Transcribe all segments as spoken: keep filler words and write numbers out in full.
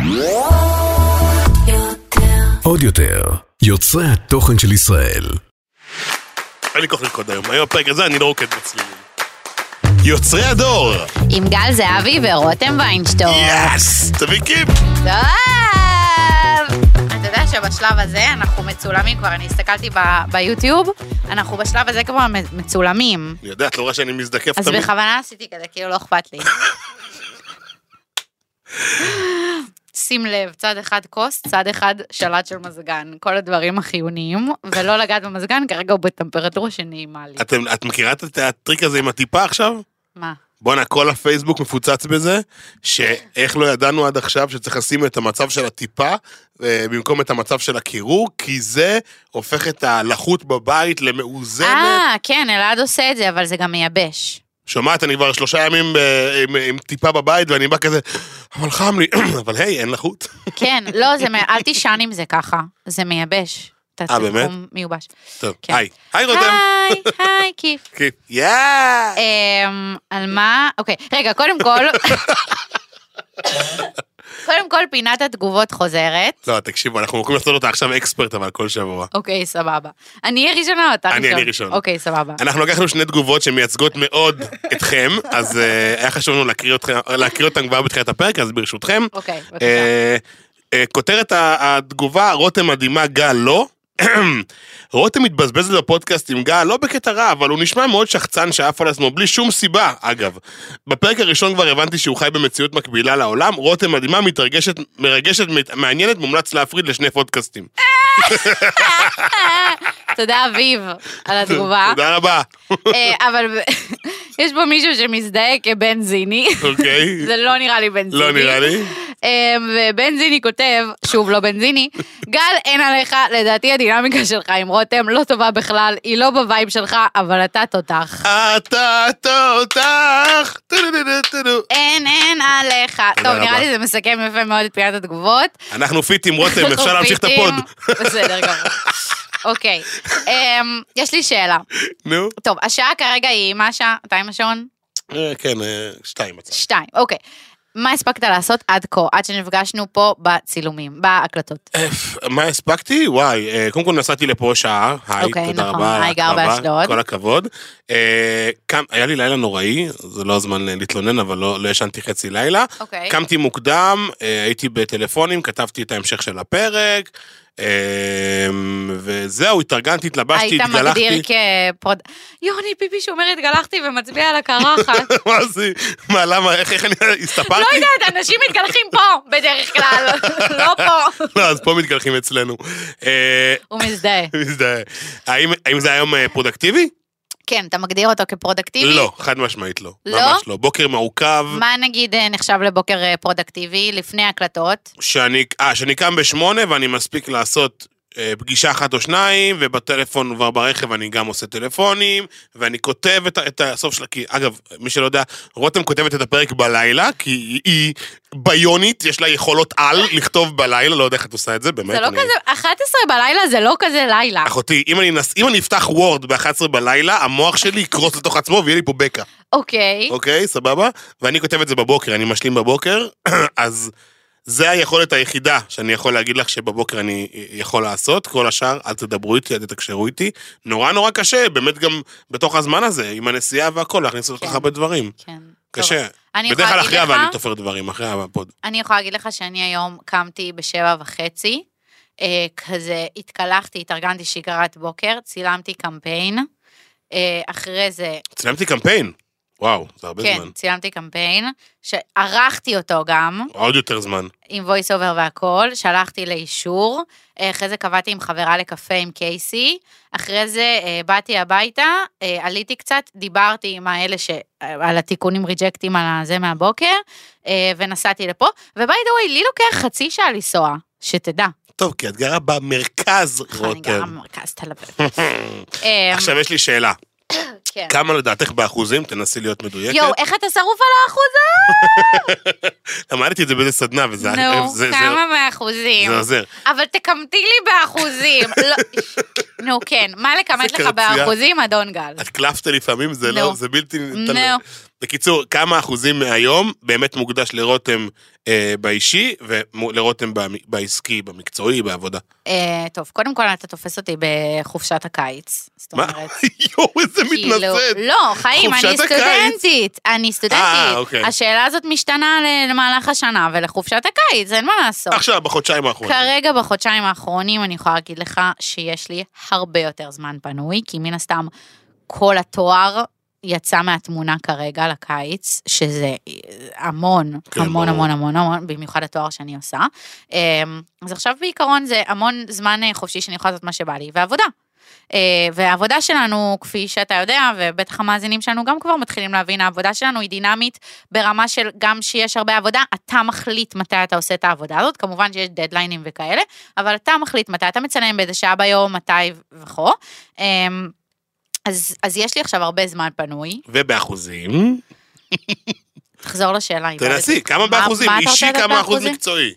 עוד יותר, יוצרי התוכן של ישראל. אין לי כוח לרקוד היום, היום הפרק הזה אני לא רוקד בצלילים. יוצרי הדור! עם גל זהבי ורותם ויינשטור. יס! תביא קיפ! טוב! אתה יודע שבשלב הזה אנחנו מצולמים כבר, אני הסתכלתי ב- ביוטיוב, אנחנו בשלב הזה כבר מצולמים. אני יודע, את לא רואה שאני מזדקף אז תמיד. אז בכוונה עשיתי כזה, כאילו לא אכפת לי. שים לב, צד אחד כוס, צד אחד שלט של מזגן, כל הדברים החיוניים, ולא לגעת במזגן, כרגע הוא בטמפרטורה שנעימה לי. אתם, את מכירה את הטריק הזה עם הטיפה עכשיו? מה? בוא'נה, כל הפייסבוק מפוצץ בזה, שאיך לא ידענו עד עכשיו שצריך לשים את המצב של הטיפה, במקום את המצב של הקירור, כי זה הופך את הלחות בבית למאוזנת. אה, כן, אלעד עושה את זה, אבל זה גם מייבש. שומעת, אני כבר שלושה ימים עם, עם טיפה בבית, ואני בא כזה, אבל חם לי, אבל היי, אין לחות. כן, לא, זה, אל תישן עם זה ככה, זה מייבש. אה, באמת? מיובש. טוב, כן. היי, היי רותם. היי, היי, כיף. כיף, יאה. על מה? אוקיי, רגע, קודם כל, קודם כל פינת התגובות חוזרת. לא, תקשיבו, אנחנו יכולים לעשות אותה עכשיו אקספרט, אבל כל שבוע. אוקיי, סבבה. אני אהיה ראשונה או אתה ראשון? אני אני ראשון. אוקיי, סבבה. אנחנו לקחנו שני תגובות שמייצגות מאוד אתכם, אז היה חשוב לנו להקריא אותם כבר בתחילת הפרק, אז ברשותכם. אוקיי, בבקשה. כותרת התגובה, רותם מדהימה, גל לא. רותם מתבזבזת בפודקאסט עם גל, לא בקטע רע, אבל הוא נשמע מאוד שחצן שאף על עצמו, בלי שום סיבה, אגב. בפרק הראשון כבר הבנתי שהוא חי במציאות מקבילה לעולם, רותם מדהימה, מתרגשת, מרגשת, מעניינת, מומלץ להפריד לשני פודקאסטים. תודה אביב על התגובה. תודה רבה. אבל יש פה מישהו שמזדהה כבנזיני. אוקיי. זה לא נראה לי בנזיני. לא נראה לי. ובנזיני כותב, שוב לא בנזיני, גל אין עליך, לדעתי הדינמיקה שלך עם רותם לא טובה בכלל, היא לא בווייב שלך, אבל אתה תותח. אתה תותח. אין אין עליך. טוב, נראה לי זה מסכם יפה מאוד את פינת התגובות. אנחנו פיט עם רותם, אפשר להמשיך את הפוד. בסדר גמור. אוקיי, יש לי שאלה. נו. טוב, השעה כרגע היא, מה השעה? אתה עם השעון? כן, שתיים. שתיים, אוקיי. מה הספקת לעשות עד כה, עד שנפגשנו פה בצילומים, בהקלטות? מה הספקתי? וואי, קודם כל נסעתי לפה שעה, היי, תודה רבה, היי, גר באשדוד. כל הכבוד. היה לי לילה נוראי, זה לא הזמן להתלונן, אבל לא ישנתי חצי לילה. קמתי מוקדם, הייתי בטלפונים, כתבתי את ההמשך של הפרק, וזהו, התארגנתי, התלבשתי, התגלחתי. היית מגדיר כפרוד... יוני, פיפי שאומר התגלחתי ומצביע על הקרחת. מה זה? מה, למה? איך אני הסתפרתי? לא יודעת, אנשים מתגלחים פה בדרך כלל, לא פה. לא, אז פה מתגלחים אצלנו. הוא מזדהה. מזדהה. האם זה היום פרודקטיבי? כן, אתה מגדיר אותו כפרודקטיבי? לא, חד משמעית לא. לא? ממש לא. בוקר מעוקב. מה נגיד נחשב לבוקר פרודקטיבי לפני הקלטות? שאני, אה, שאני קם בשמונה ואני מספיק לעשות אה, פגישה אחת או שניים, ובטלפון כבר ברכב אני גם עושה טלפונים, ואני כותב את, את הסוף שלה, כי אגב, מי שלא יודע, רותם כותבת את הפרק בלילה, כי היא, היא ביונית, יש לה יכולות על לכתוב בלילה, לא יודע איך את עושה את זה, באמת. זה לא אני... כזה, אחת עשרה בלילה זה לא כזה לילה. אחותי, אם אני, נס... אם אני אפתח וורד ב-אחת עשרה בלילה, המוח שלי יקרוס לתוך עצמו ויהיה לי פה בקע. אוקיי. אוקיי, סבבה? ואני כותב את זה בבוקר, אני משלים בבוקר, אז זה היכולת היחידה שאני יכול להגיד לך שבבוקר אני יכול לעשות, כל השאר, אל תדברו איתי, אל תקשרו איתי, נורא נורא קשה, באמת גם בתוך הזמן הזה, עם הנסיעה והכל, להכניס אותך הרבה דברים. כן. קשה. בדרך כלל אחרי אבל אני תופר דברים, אחרי הפוד. אני יכולה להגיד לך שאני היום קמתי בשבע וחצי, כזה התקלחתי, התארגנתי שגרת בוקר, צילמתי קמפיין, אחרי זה... צילמתי קמפיין? וואו, זה הרבה כן, זמן. כן, צילמתי קמפיין, שערכתי אותו גם. עוד יותר זמן. עם voice over והכל, שלחתי לאישור, אחרי זה קבעתי עם חברה לקפה עם קייסי, אחרי זה באתי הביתה, עליתי קצת, דיברתי עם האלה ש... על התיקונים ריג'קטים על זה מהבוקר, ונסעתי לפה, וביי דווי, לי לוקח חצי שעה לנסוע, שתדע. טוב, כי את גרה במרכז, רותם. אני גרה במרכז תל אביב. עכשיו יש לי שאלה. כן. כמה לדעתך באחוזים? תנסי להיות מדויקת. יואו, איך אתה שרוף על האחוזים? למדתי את זה באיזה סדנה, וזה... נו, כמה באחוזים? זה עוזר. אבל תקמתי לי באחוזים. נו, כן, מה לקמת לך באחוזים, אדון גל? את קלפת לפעמים, זה לא, זה בלתי... נו. בקיצור, כמה אחוזים מהיום באמת מוקדש לרותם אה, באישי, ולרותם בעסקי, במקצועי, בעבודה? אה, טוב, קודם כל אתה תופס אותי בחופשת הקיץ. זאת מה? אומרת... יואו, איזה מתנצאת. לא, חיים, אני סטודנטית. אני סטודנטית. אה, אוקיי. השאלה הזאת משתנה למהלך השנה, ולחופשת הקיץ, אין מה לעשות. עכשיו, בחודשיים האחרונים. כרגע, בחודשיים האחרונים, אני יכולה להגיד לך שיש לי הרבה יותר זמן פנוי, כי מן הסתם כל התואר יצא מהתמונה כרגע לקיץ, שזה המון, כן, המון, ברור. המון, המון, המון, במיוחד התואר שאני עושה. אז עכשיו בעיקרון זה המון זמן חופשי שאני יכולה לעשות מה שבא לי, ועבודה. והעבודה שלנו, כפי שאתה יודע, ובטח המאזינים שלנו גם כבר מתחילים להבין, העבודה שלנו היא דינמית ברמה של גם שיש הרבה עבודה, אתה מחליט מתי אתה עושה את העבודה הזאת, כמובן שיש דדליינים וכאלה, אבל אתה מחליט מתי אתה מצלם באיזה שעה ביום, מתי וכו. אז, אז יש לי עכשיו הרבה זמן פנוי. ובאחוזים? תחזור לשאלה. תנסי, כמה באחוזים? אישי, כמה אחוז מקצועי?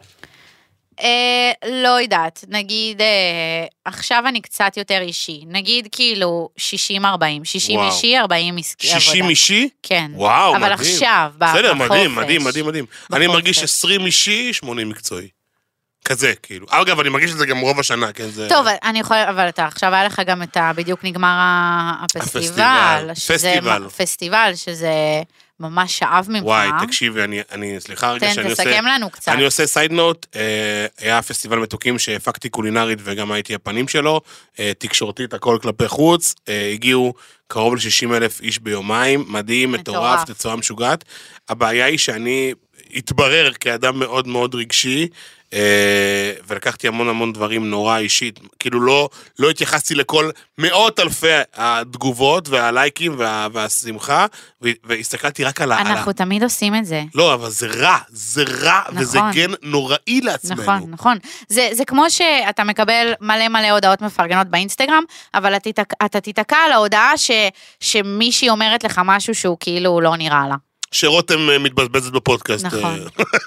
אה, לא יודעת, נגיד, אה, עכשיו אני קצת יותר אישי, נגיד כאילו שישים ארבעים, שישים וואו. אישי, ארבעים עסקי עבודה. שישים אישי? כן. וואו, אבל מדהים. עכשיו, בחופש. בסדר, מדהים, מדהים, מדהים, מדהים. אני בחופש. מרגיש עשרים אישי, שמונים מקצועי. כזה, כאילו. אגב, אני מרגיש את זה גם רוב השנה, כן, זה... טוב, אני יכולה, אבל אתה, עכשיו היה לך גם את ה... בדיוק נגמר הפסטיבל. הפסטיבל, שזה- פסטיבל. פסטיבל, שזה ממש שאב ממך. וואי, תקשיבי, אני, אני, סליחה רגע תן, שאני עושה... תסכם לנו קצת. אני עושה סייד נוט, אה, היה פסטיבל מתוקים שהפקתי קולינרית וגם הייתי הפנים שלו, אה, תקשורתית, הכל כלפי חוץ, אה, הגיעו קרוב ל-שישים אלף איש ביומיים, מדהים, מטורף, מטורף. תצורה משוגעת. הבעיה היא שאני התברר כאדם מאוד מאוד רגשי, אה, ולקחתי המון המון דברים נורא אישית, כאילו לא, לא התייחסתי לכל מאות אלפי התגובות והלייקים וה, והשמחה, ו- והסתכלתי רק על ה... על ה- אנחנו תמיד עושים את זה. לא, אבל זה רע, זה רע, נכון. וזה גן נוראי לעצמנו. נכון, נכון. זה, זה כמו שאתה מקבל מלא מלא הודעות מפרגנות באינסטגרם, אבל אתה, תתק, אתה תתקע על ההודעה ש, שמישהי אומרת לך משהו שהוא כאילו לא נראה לה. שרותם אה, מתבזבזת בפודקאסט. נכון.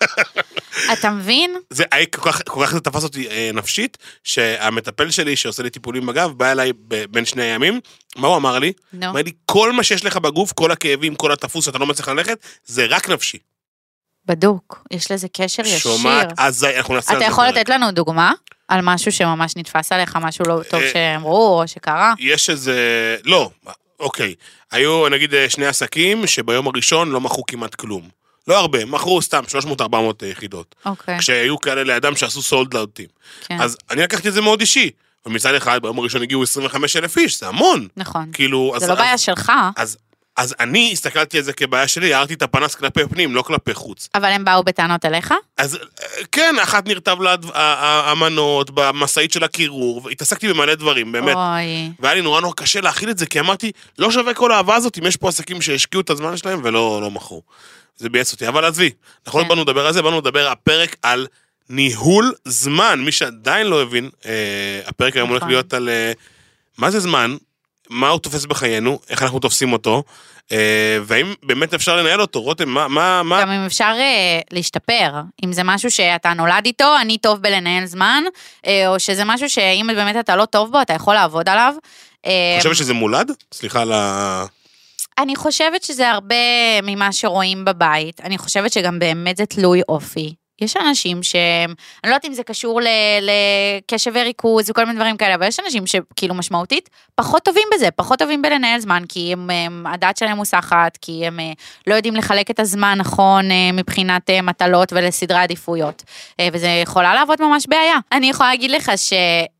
אה. אתה מבין? זה היה כל כך, כל כך זה תפס אותי אה, נפשית, שהמטפל שלי שעושה לי טיפולים בגב, בא אליי ב- בין שני הימים, מה הוא אמר לי? נו. אמר לי, כל מה שיש לך בגוף, כל הכאבים, כל התפוס שאתה לא מצליח ללכת, זה רק נפשי. בדוק, יש לזה קשר ישיר. שומעת, אז אנחנו נעשה על אתה זה יכול פרק. לתת לנו דוגמה על משהו שממש נתפס עליך, משהו לא טוב אה, שאמרו או שקרה? יש איזה, לא, אוקיי, היו נגיד שני עסקים שביום הראשון לא מכרו כמעט כלום. לא הרבה, מכרו סתם שלוש מאות ארבע מאות יחידות. אוקיי, כשהיו כאלה לאדם שעשו סולד לאוטים. כן, אז אני לקחתי את זה מאוד אישי. ומצד אחד, ביום הראשון הגיעו עשרים וחמישה אלף איש, זה המון. נכון. כאילו, זה אז, לא אז, בעיה שלך, אז, אז אני הסתכלתי על זה כבעיה שלי, הערתי את הפנס כלפי פנים, לא כלפי חוץ. אבל הם באו בטענות אליך? אז אה, כן, אחת נרטב לה המנות, במסעית של הקירור, והתעסקתי במלא דברים, באמת. אוי, והיה לי נורא נורא קשה להכיל את זה, כי אמרתי, לא שווה כל האהבה הזאת, אם יש פה עסקים שהשקיעו את הזמן שלהם ולא לא מכרו. זה בייס אותי, אבל עזבי, אנחנו לא כן. באנו לדבר על זה, באנו לדבר הפרק על ניהול זמן, מי שעדיין לא הבין, אה, הפרק היום הולך נכון. להיות על אה, מה זה זמן, מה הוא תופס בחיינו, איך אנחנו תופסים אותו, אה, והאם באמת אפשר לנהל אותו, רותם, מה, מה, מה, גם אם אפשר אה, להשתפר, אם זה משהו שאתה נולד איתו, אני טוב בלנהל זמן, אה, או שזה משהו שאם באמת אתה לא טוב בו, אתה יכול לעבוד עליו. אה, אני חושב שזה מולד? סליחה על ה... אני חושבת שזה הרבה ממה שרואים בבית, אני חושבת שגם באמת זה תלוי אופי. יש אנשים שהם, אני לא יודעת אם זה קשור ל- לקשב וריכוז וכל מיני דברים כאלה, אבל יש אנשים שכאילו משמעותית פחות טובים בזה, פחות טובים בלנהל זמן, כי הם, הם, הדעת שלהם מוסחת, כי הם אה, לא יודעים לחלק את הזמן נכון אה, מבחינת אה, מטלות ולסדרי עדיפויות, אה, וזה יכולה לעבוד ממש בעיה. אני יכולה להגיד לך ש...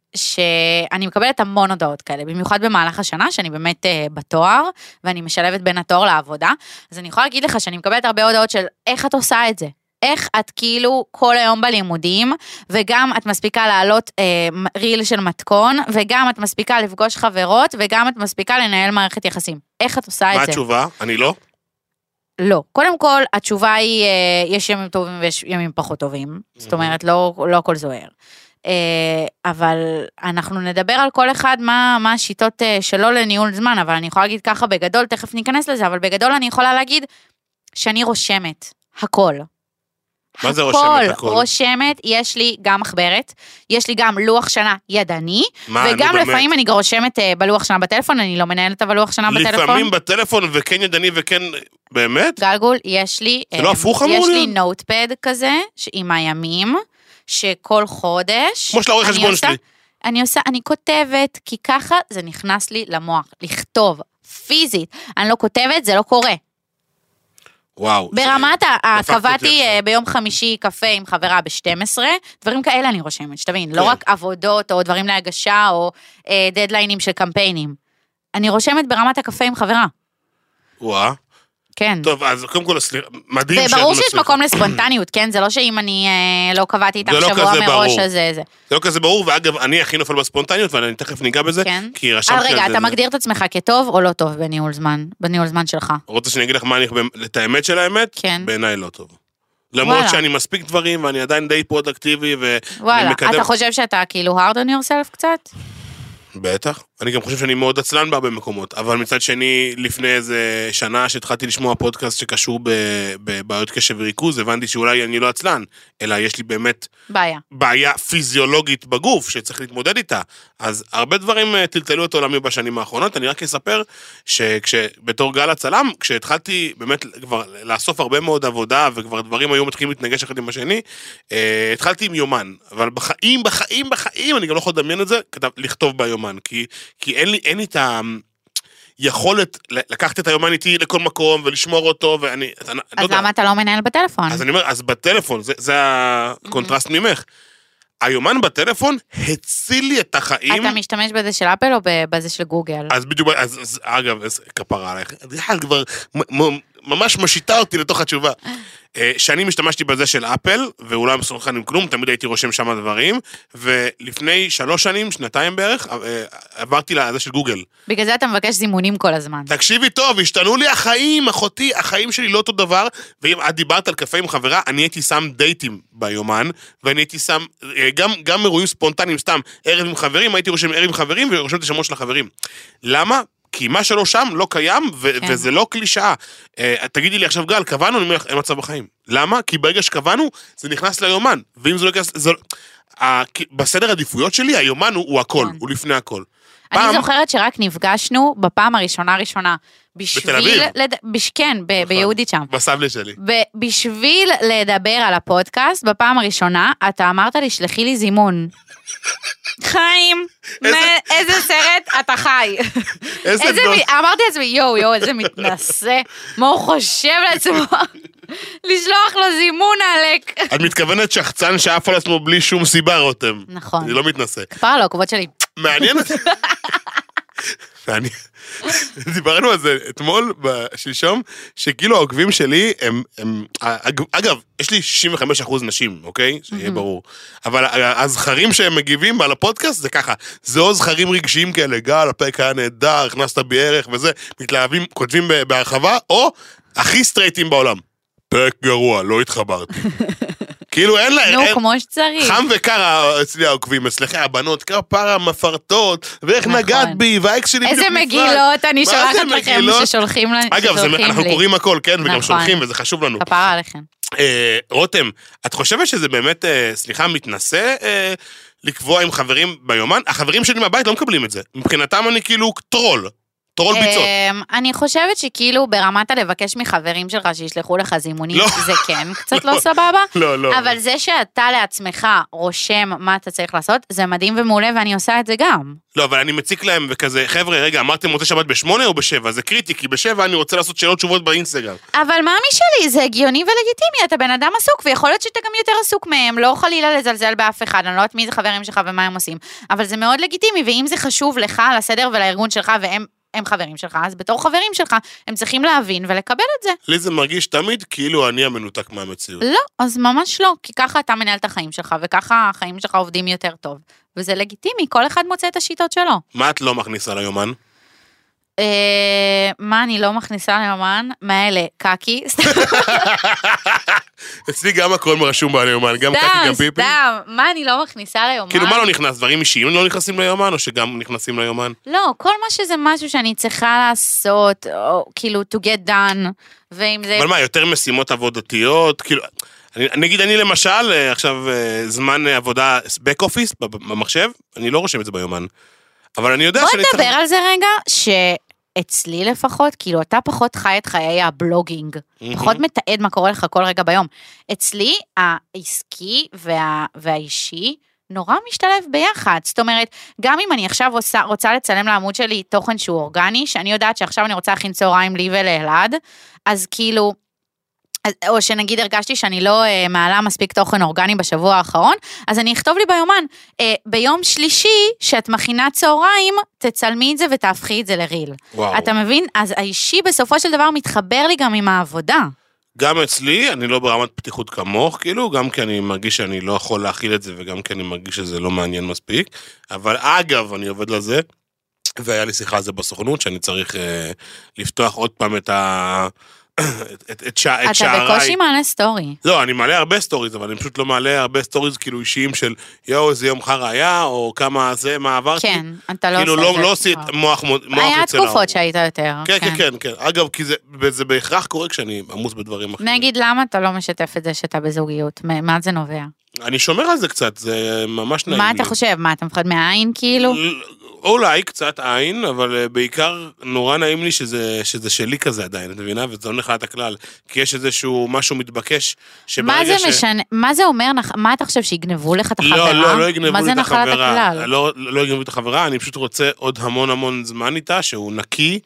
שאני מקבלת המון הודעות כאלה, במיוחד במהלך השנה, שאני באמת uh, בתואר, ואני משלבת בין התואר לעבודה, אז אני יכולה להגיד לך שאני מקבלת הרבה הודעות של איך את עושה את זה, איך את כאילו כל היום בלימודים, וגם את מספיקה לעלות uh, ריל של מתכון, וגם את מספיקה לפגוש חברות, וגם את מספיקה לנהל מערכת יחסים. איך את עושה את מה זה? התשובה? אני לא? לא. קודם כל, התשובה היא, uh, יש ימים טובים ויש ימים פחות טובים, זאת אומרת, לא, לא הכל זוהר. אבל אנחנו נדבר על כל אחד מה, מה השיטות שלו לניהול זמן, אבל אני יכולה להגיד ככה בגדול, תכף ניכנס לזה, אבל בגדול אני יכולה להגיד שאני רושמת הכל. מה זה רושמת הכל? רושמת, יש לי גם מחברת, יש לי גם לוח שנה ידני, מה, וגם נו, לפעמים אני רושמת בלוח שנה בטלפון, אני לא מנהלת בלוח שנה בטלפון. לפעמים בטלפון וכן ידני וכן, באמת? גלגול, יש לי, זה לא הפוך אמור יש לי להיות? נוטפד כזה, עם הימים, שכל חודש, כמו של העורך חשבון שלי. אני עושה, אני כותבת, כי ככה זה נכנס לי למוח, לכתוב, פיזית, אני לא כותבת, זה לא קורה. וואו. ברמת, דפקת אותי קבעתי עכשיו. ביום חמישי קפה עם חברה ב-שתים עשרה, דברים כאלה אני רושמת, שתבין, לא כן. רק עבודות או דברים להגשה או אה, דדליינים של קמפיינים. אני רושמת ברמת הקפה עם חברה. וואה. כן. טוב, אז קודם כל, סליחה, מדהים וברור שיש מקום לספונטניות, כן? זה לא שאם אני אה, לא קבעתי איתך זה לא שבוע כזה מראש, ברור. אז זה זה. זה לא כזה ברור, ואגב, אני הכי נופל בספונטניות, ואני תכף ניגע בזה, כן. כי רשמתי אבל על רגע, זה. אתה מגדיר את עצמך כטוב או לא טוב בניהול זמן? בניהול זמן שלך? רוצה שאני אגיד לך מה אני, את האמת של האמת? כן. בעיניי לא טוב. למרות וואלה. שאני מספיק דברים, ואני עדיין די פרודקטיבי, ואני וואלה, מקדם... אתה חושב שאתה כאילו hard on yourself קצת? בטח. אני גם חושב שאני מאוד עצלן בהרבה מקומות, אבל מצד שני, לפני איזה שנה שהתחלתי לשמוע פודקאסט שקשור בבעיות קשב וריכוז, הבנתי שאולי אני לא עצלן, אלא יש לי באמת בעיה. בעיה פיזיולוגית בגוף שצריך להתמודד איתה. אז הרבה דברים טלטלו את עולמי בשנים האחרונות. אני רק אספר שכשבתור גל הצלם, כשהתחלתי באמת כבר לאסוף הרבה מאוד עבודה, וכבר דברים היו מתחילים להתנגש אחד עם השני, התחלתי עם יומן, אבל בחיים, בחיים, בחיים, אני גם לא יכול לדמיין את זה, לכתוב ביומן, כי כי אין לי, אין לי את היכולת לקחת את היומן איתי לכל מקום ולשמור אותו, ואני... אז למה אתה לא מנהל בטלפון? אז אני אומר, אז בטלפון, זה, זה הקונטרסט ממך. היומן בטלפון הציל לי את החיים. אתה משתמש בזה של אפל או בזה של גוגל? אז בדיוק, אז, אז אגב, אז כפרה עליך, את כבר ממש משיתה אותי לתוך התשובה. שאני משתמשתי בזה של אפל, ואולי לא מסוכן עם כלום, תמיד הייתי רושם שם דברים, ולפני שלוש שנים, שנתיים בערך, עברתי לזה של גוגל. בגלל זה אתה מבקש זימונים כל הזמן. תקשיבי טוב, השתנו לי החיים, אחותי, החיים שלי לא אותו דבר, ואם את דיברת על קפה עם חברה, אני הייתי שם דייטים ביומן, ואני הייתי שם, גם, גם אירועים ספונטניים, סתם, ערב עם חברים, הייתי רושם ערב עם חברים, ורושם את השמות של החברים. למה? כי מה שלא שם לא קיים, ו- כן. וזה לא קלישאה. Uh, תגידי לי עכשיו גל, קבענו, אני אומר לך, אין מצב בחיים. למה? כי ברגע שקבענו, זה נכנס ליומן, ואם זה לא נכנס, זה... Uh, בסדר עדיפויות שלי, היומן הוא, הוא הכל, כן. הוא לפני הכל. אני פעם... זוכרת שרק נפגשנו בפעם הראשונה ראשונה, בשביל... בתל אביב? לד... בש... כן, ב... ביהודית שם. בסבלי שלי. ב... בשביל לדבר על הפודקאסט, בפעם הראשונה, אתה אמרת לי, שלחי לי זימון. חיים, איזה סרט אתה חי. איזה אמרתי לעצמי, יואו, יואו, איזה מתנסה, מה הוא חושב לעצמו, לשלוח לו זימון עלק. את מתכוונת שחצן שאף על עצמו בלי שום סיבה, רותם. נכון. אני לא מתנסה. כפרה לו, עקבות שלי. מעניין אותי. מעניין. דיברנו על זה אתמול, בשלשום, שכאילו העוקבים שלי הם, הם, אגב, יש לי שישים וחמישה אחוז נשים, אוקיי? שיהיה ברור. אבל הזכרים שהם מגיבים על הפודקאסט זה ככה, זה או זכרים רגשיים כאלה, גל, הפרק היה נהדר, הכנסת בי ערך וזה, מתלהבים, כותבים בהרחבה, או הכי סטרייטים בעולם. פרק גרוע, לא התחברתי. כאילו אין לה... נו, כמו שצריך. חם וקר אצלי העוקבים, אצלך הבנות, כפרה מפרטות, ואיך נגעת בי, והאקס שלי בדיוק נפרד. איזה מגילות אני שולחת לכם ששולחים לי. אגב, אנחנו קוראים הכל, כן, וגם שולחים, וזה חשוב לנו. כפרה עליכם. רותם, את חושבת שזה באמת, סליחה, מתנסה לקבוע עם חברים ביומן? החברים שלי מהבית לא מקבלים את זה. מבחינתם אני כאילו טרול. טרול ביצות. אני חושבת שכאילו ברמת הלבקש מחברים שלך שישלחו לך זימונים, זה כן קצת לא סבבה. לא, לא. אבל זה שאתה לעצמך רושם מה אתה צריך לעשות, זה מדהים ומעולה ואני עושה את זה גם. לא, אבל אני מציק להם וכזה, חבר'ה, רגע, אמרתם רוצה שבת בשמונה או בשבע? זה קריטי, כי בשבע אני רוצה לעשות שאלות תשובות באינסטגרם. אבל מאמי שלי, זה הגיוני ולגיטימי, אתה בן אדם עסוק, ויכול להיות שאתה גם יותר עסוק מהם, לא חלילה לזלזל באף אחד, אני לא יודעת מי זה חברים שלך ומה הם עושים, אבל זה מאוד לגיטימי, ואם זה חשוב לך, לסדר ולארגון שלך, והם הם חברים שלך, אז בתור חברים שלך, הם צריכים להבין ולקבל את זה. לי זה מרגיש תמיד כאילו אני המנותק מהמציאות. לא, אז ממש לא, כי ככה אתה מנהל את החיים שלך, וככה החיים שלך עובדים יותר טוב. וזה לגיטימי, כל אחד מוצא את השיטות שלו. מה את לא מכניסה ליומן? מה אני לא מכניסה ליומן? מה אלה? קקי? אצלי גם הכל רשום ביומן, גם קקי, גם פיפי. סתם, מה אני לא מכניסה ליומן? כאילו מה לא נכנס? דברים אישיים לא נכנסים ליומן, או שגם נכנסים ליומן? לא, כל מה שזה משהו שאני צריכה לעשות, או כאילו to get done, ואם זה... אבל מה, יותר משימות עבודתיות? כאילו, אני, נגיד אני למשל, עכשיו זמן עבודה back office במחשב, אני לא רושם את זה ביומן. אבל אני יודע שאני צריך... בוא נדבר על זה רגע, שאצלי לפחות, כאילו אתה פחות חי את חיי הבלוגינג, פחות מתעד מה קורה לך כל רגע ביום. אצלי העסקי וה, והאישי, נורא משתלב ביחד, זאת אומרת, גם אם אני עכשיו רוצה, רוצה לצלם לעמוד שלי תוכן שהוא אורגני, שאני יודעת שעכשיו אני רוצה להכין צהריים לי ולאלעד, אז כאילו, או שנגיד הרגשתי שאני לא אה, מעלה מספיק תוכן אורגני בשבוע האחרון, אז אני אכתוב לי ביומן, אה, ביום שלישי, שאת מכינה צהריים, תצלמי את זה ותהפכי את זה לריל. וואו. אתה מבין? אז האישי בסופו של דבר מתחבר לי גם עם העבודה. גם אצלי, אני לא ברמת פתיחות כמוך, כאילו, גם כי אני מרגיש שאני לא יכול להכיל את זה, וגם כי אני מרגיש שזה לא מעניין מספיק, אבל אגב, אני עובד לזה, והיה לי שיחה על זה בסוכנות, שאני צריך אה, לפתוח עוד פעם את ה... את, את, שע, את שעריי. אתה בקושי מעלה סטורי. לא, אני מעלה הרבה סטוריז, אבל אני פשוט לא מעלה הרבה סטוריז כאילו אישיים של יואו, איזה יום חר היה, או כמה זה, מה עברתי. כן, אתה לא כאילו עושה לא, את זה. לא עושה את מוח, מוח היה אצל ההוא. תקופות שהיית יותר. כן, כן, כן, כן. אגב, כי זה, זה בהכרח קורה כשאני עמוס בדברים אחרים. נגיד, למה אתה לא משתף את זה שאתה בזוגיות? מה זה נובע? אני שומר על זה קצת, זה ממש נעים לי. מה אתה חושב? מה, אתה מפחד מהעין כאילו? אולי קצת עין, אבל בעיקר נורא נעים לי שזה, שזה שלי כזה עדיין, את מבינה? וזה לא נחלת הכלל, כי יש איזשהו משהו מתבקש, מה זה ש... משנה, מה זה אומר, מה אתה חושב, שיגנבו לך את החברה? לא, לא, לא יגנבו לי את החברה? החברה, לא, לא יגנבו את החברה, אני פשוט רוצה עוד המון המון זמן איתה, שהוא נקי,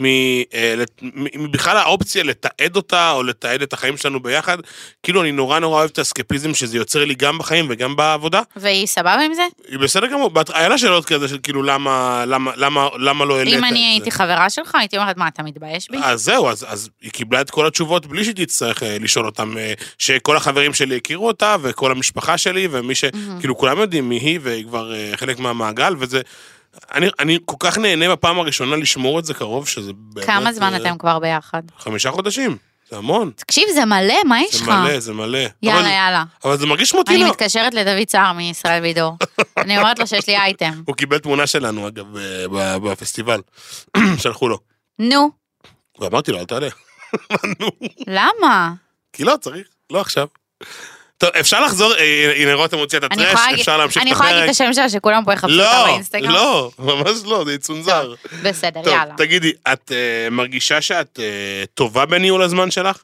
מבכלל האופציה לתעד אותה, או לתעד את החיים שלנו ביחד, כאילו אני נורא נורא אוהב את הסקפיזם, שזה יוצר לי גם בחיים וגם בעבודה. והיא סבבה עם זה? היא בסדר גמור, היה לה שאלות כזה של כאילו למה, למה, למה, למה לא העלית את זה. אם אני הייתי חברה שלך, הייתי אומרת, מה, אתה מתבייש בי? אז זהו, אז, אז היא קיבלה את כל התשובות, בלי שהיא תצטרך לשאול אותם, שכל החברים שלי הכירו אותה, וכל המשפחה שלי, ומי ש... כאילו כולם יודעים מי היא, והיא כבר חלק מהמעגל, וזה... אני, אני כל כך נהנה בפעם הראשונה לשמור את זה קרוב, שזה באמת... כמה זמן אתם כבר ביחד? חמישה חודשים, זה המון. תקשיב, זה מלא, מה יש לך? זה מלא, זה מלא. יאללה, אבל, יאללה. אבל זה מרגיש מותי. אני מתקשרת לדוד סער מישראל בידור. אני אומרת לו שיש לי אייטם. הוא קיבל תמונה שלנו, אגב, בפסטיבל. שלחו לו. נו. ואמרתי לו, אל תעלה. נו. למה? כי לא, צריך, לא עכשיו. טוב, אפשר לחזור, הנה רותם הוציאה את הטרש, אפשר להמשיך את הפרק. אני יכולה להגיד את השם שלה שכולם פה יחפשו אותה באינסטגרם? לא, לא, ממש לא, זה יצונזר. בסדר, יאללה. טוב, תגידי, את מרגישה שאת טובה בניהול הזמן שלך?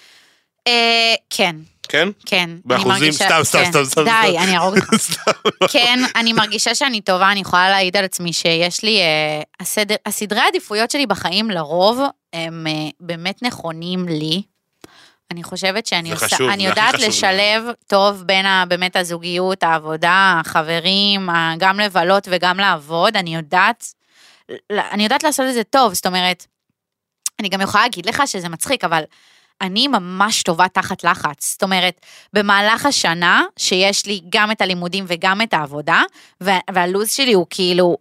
כן. כן? כן. באחוזים, סתם, סתם, סתם, סתם. די, אני ארוג אותך. כן, אני מרגישה שאני טובה, אני יכולה להעיד על עצמי שיש לי, הסדרי העדיפויות שלי בחיים לרוב, הם באמת נכונים לי. אני חושבת שאני עושה, חשוב, אני יודעת לשלב טוב בין באמת הזוגיות, העבודה, החברים, גם לבלות וגם לעבוד, אני יודעת, אני יודעת לעשות את זה טוב, זאת אומרת, אני גם יכולה להגיד לך שזה מצחיק, אבל אני ממש טובה תחת לחץ, זאת אומרת, במהלך השנה, שיש לי גם את הלימודים וגם את העבודה, והלוז שלי הוא כאילו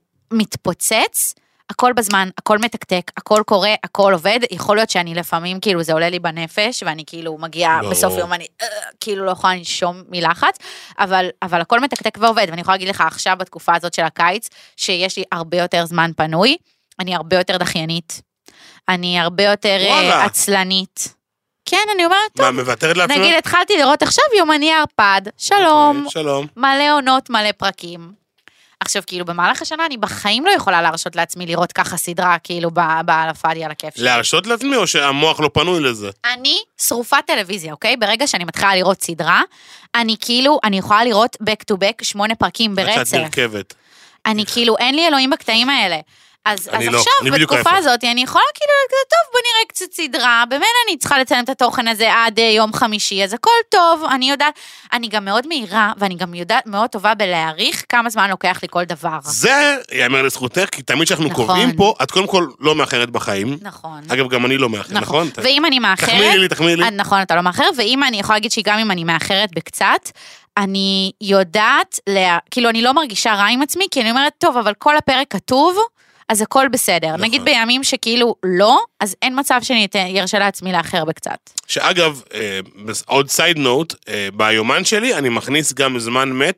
מתפוצץ, הכל בזמן, הכל מתקתק, הכל קורה, הכל עובד, יכול להיות שאני לפעמים, כאילו זה עולה לי בנפש, ואני כאילו מגיעה לא. בסוף יום, אני אה, כאילו לא יכולה לנשום מלחץ, אבל, אבל הכל מתקתק ועובד, ואני יכולה להגיד לך עכשיו בתקופה הזאת של הקיץ, שיש לי הרבה יותר זמן פנוי, אני הרבה יותר דחיינית, אני הרבה יותר וואלה. עצלנית, כן, אני אומרת, טוב, מה, מבטרת לעצמך? נגיד, התחלתי לראות עכשיו יומני הרפד, שלום, okay, שלום, מלא עונות, מלא פרקים, עכשיו, כאילו, במהלך השנה אני בחיים לא יכולה להרשות לעצמי לראות ככה סדרה, כאילו, באלפדיה על הכיף שלי. להרשות לעצמי או שהמוח לא פנוי לזה? אני שרופת טלוויזיה, אוקיי? ברגע שאני מתחילה לראות סדרה, אני כאילו, אני יכולה לראות back to back שמונה פרקים ברצף. שאת נרכבת. אני כאילו, אין לי אלוהים בקטעים האלה. אז, אז לא, עכשיו, בתקופה הזאת, אני יכולה כאילו, טוב, בוא נראה קצת סדרה, באמת אני צריכה לציין את התוכן הזה עד יום חמישי, אז הכל טוב, אני יודעת, אני גם מאוד מהירה, ואני גם יודעת מאוד טובה בלהעריך כמה זמן לוקח לי כל דבר. זה יאמר לזכותך, כי תמיד שאנחנו נכון. קובעים פה, את קודם כל לא מאחרת בחיים. נכון. אגב, גם אני לא מאחר, נכון? נכון? ואם אני מאחרת... תחמילי לי, תחמילי לי. נכון, אתה לא מאחר, ואם אני יכולה להגיד שגם אם אני מאחרת בקצת, אני יודעת, לה... כאילו אני לא מרגישה רע עם עצמי, כי אני אומרת, טוב, אבל כל הפרק כתוב, אז הכל בסדר. נכון. נגיד בימים שכאילו לא, אז אין מצב שאני ארשה לעצמי לאחר בקצת. שאגב, עוד סייד נוט, ביומן שלי אני מכניס גם זמן מת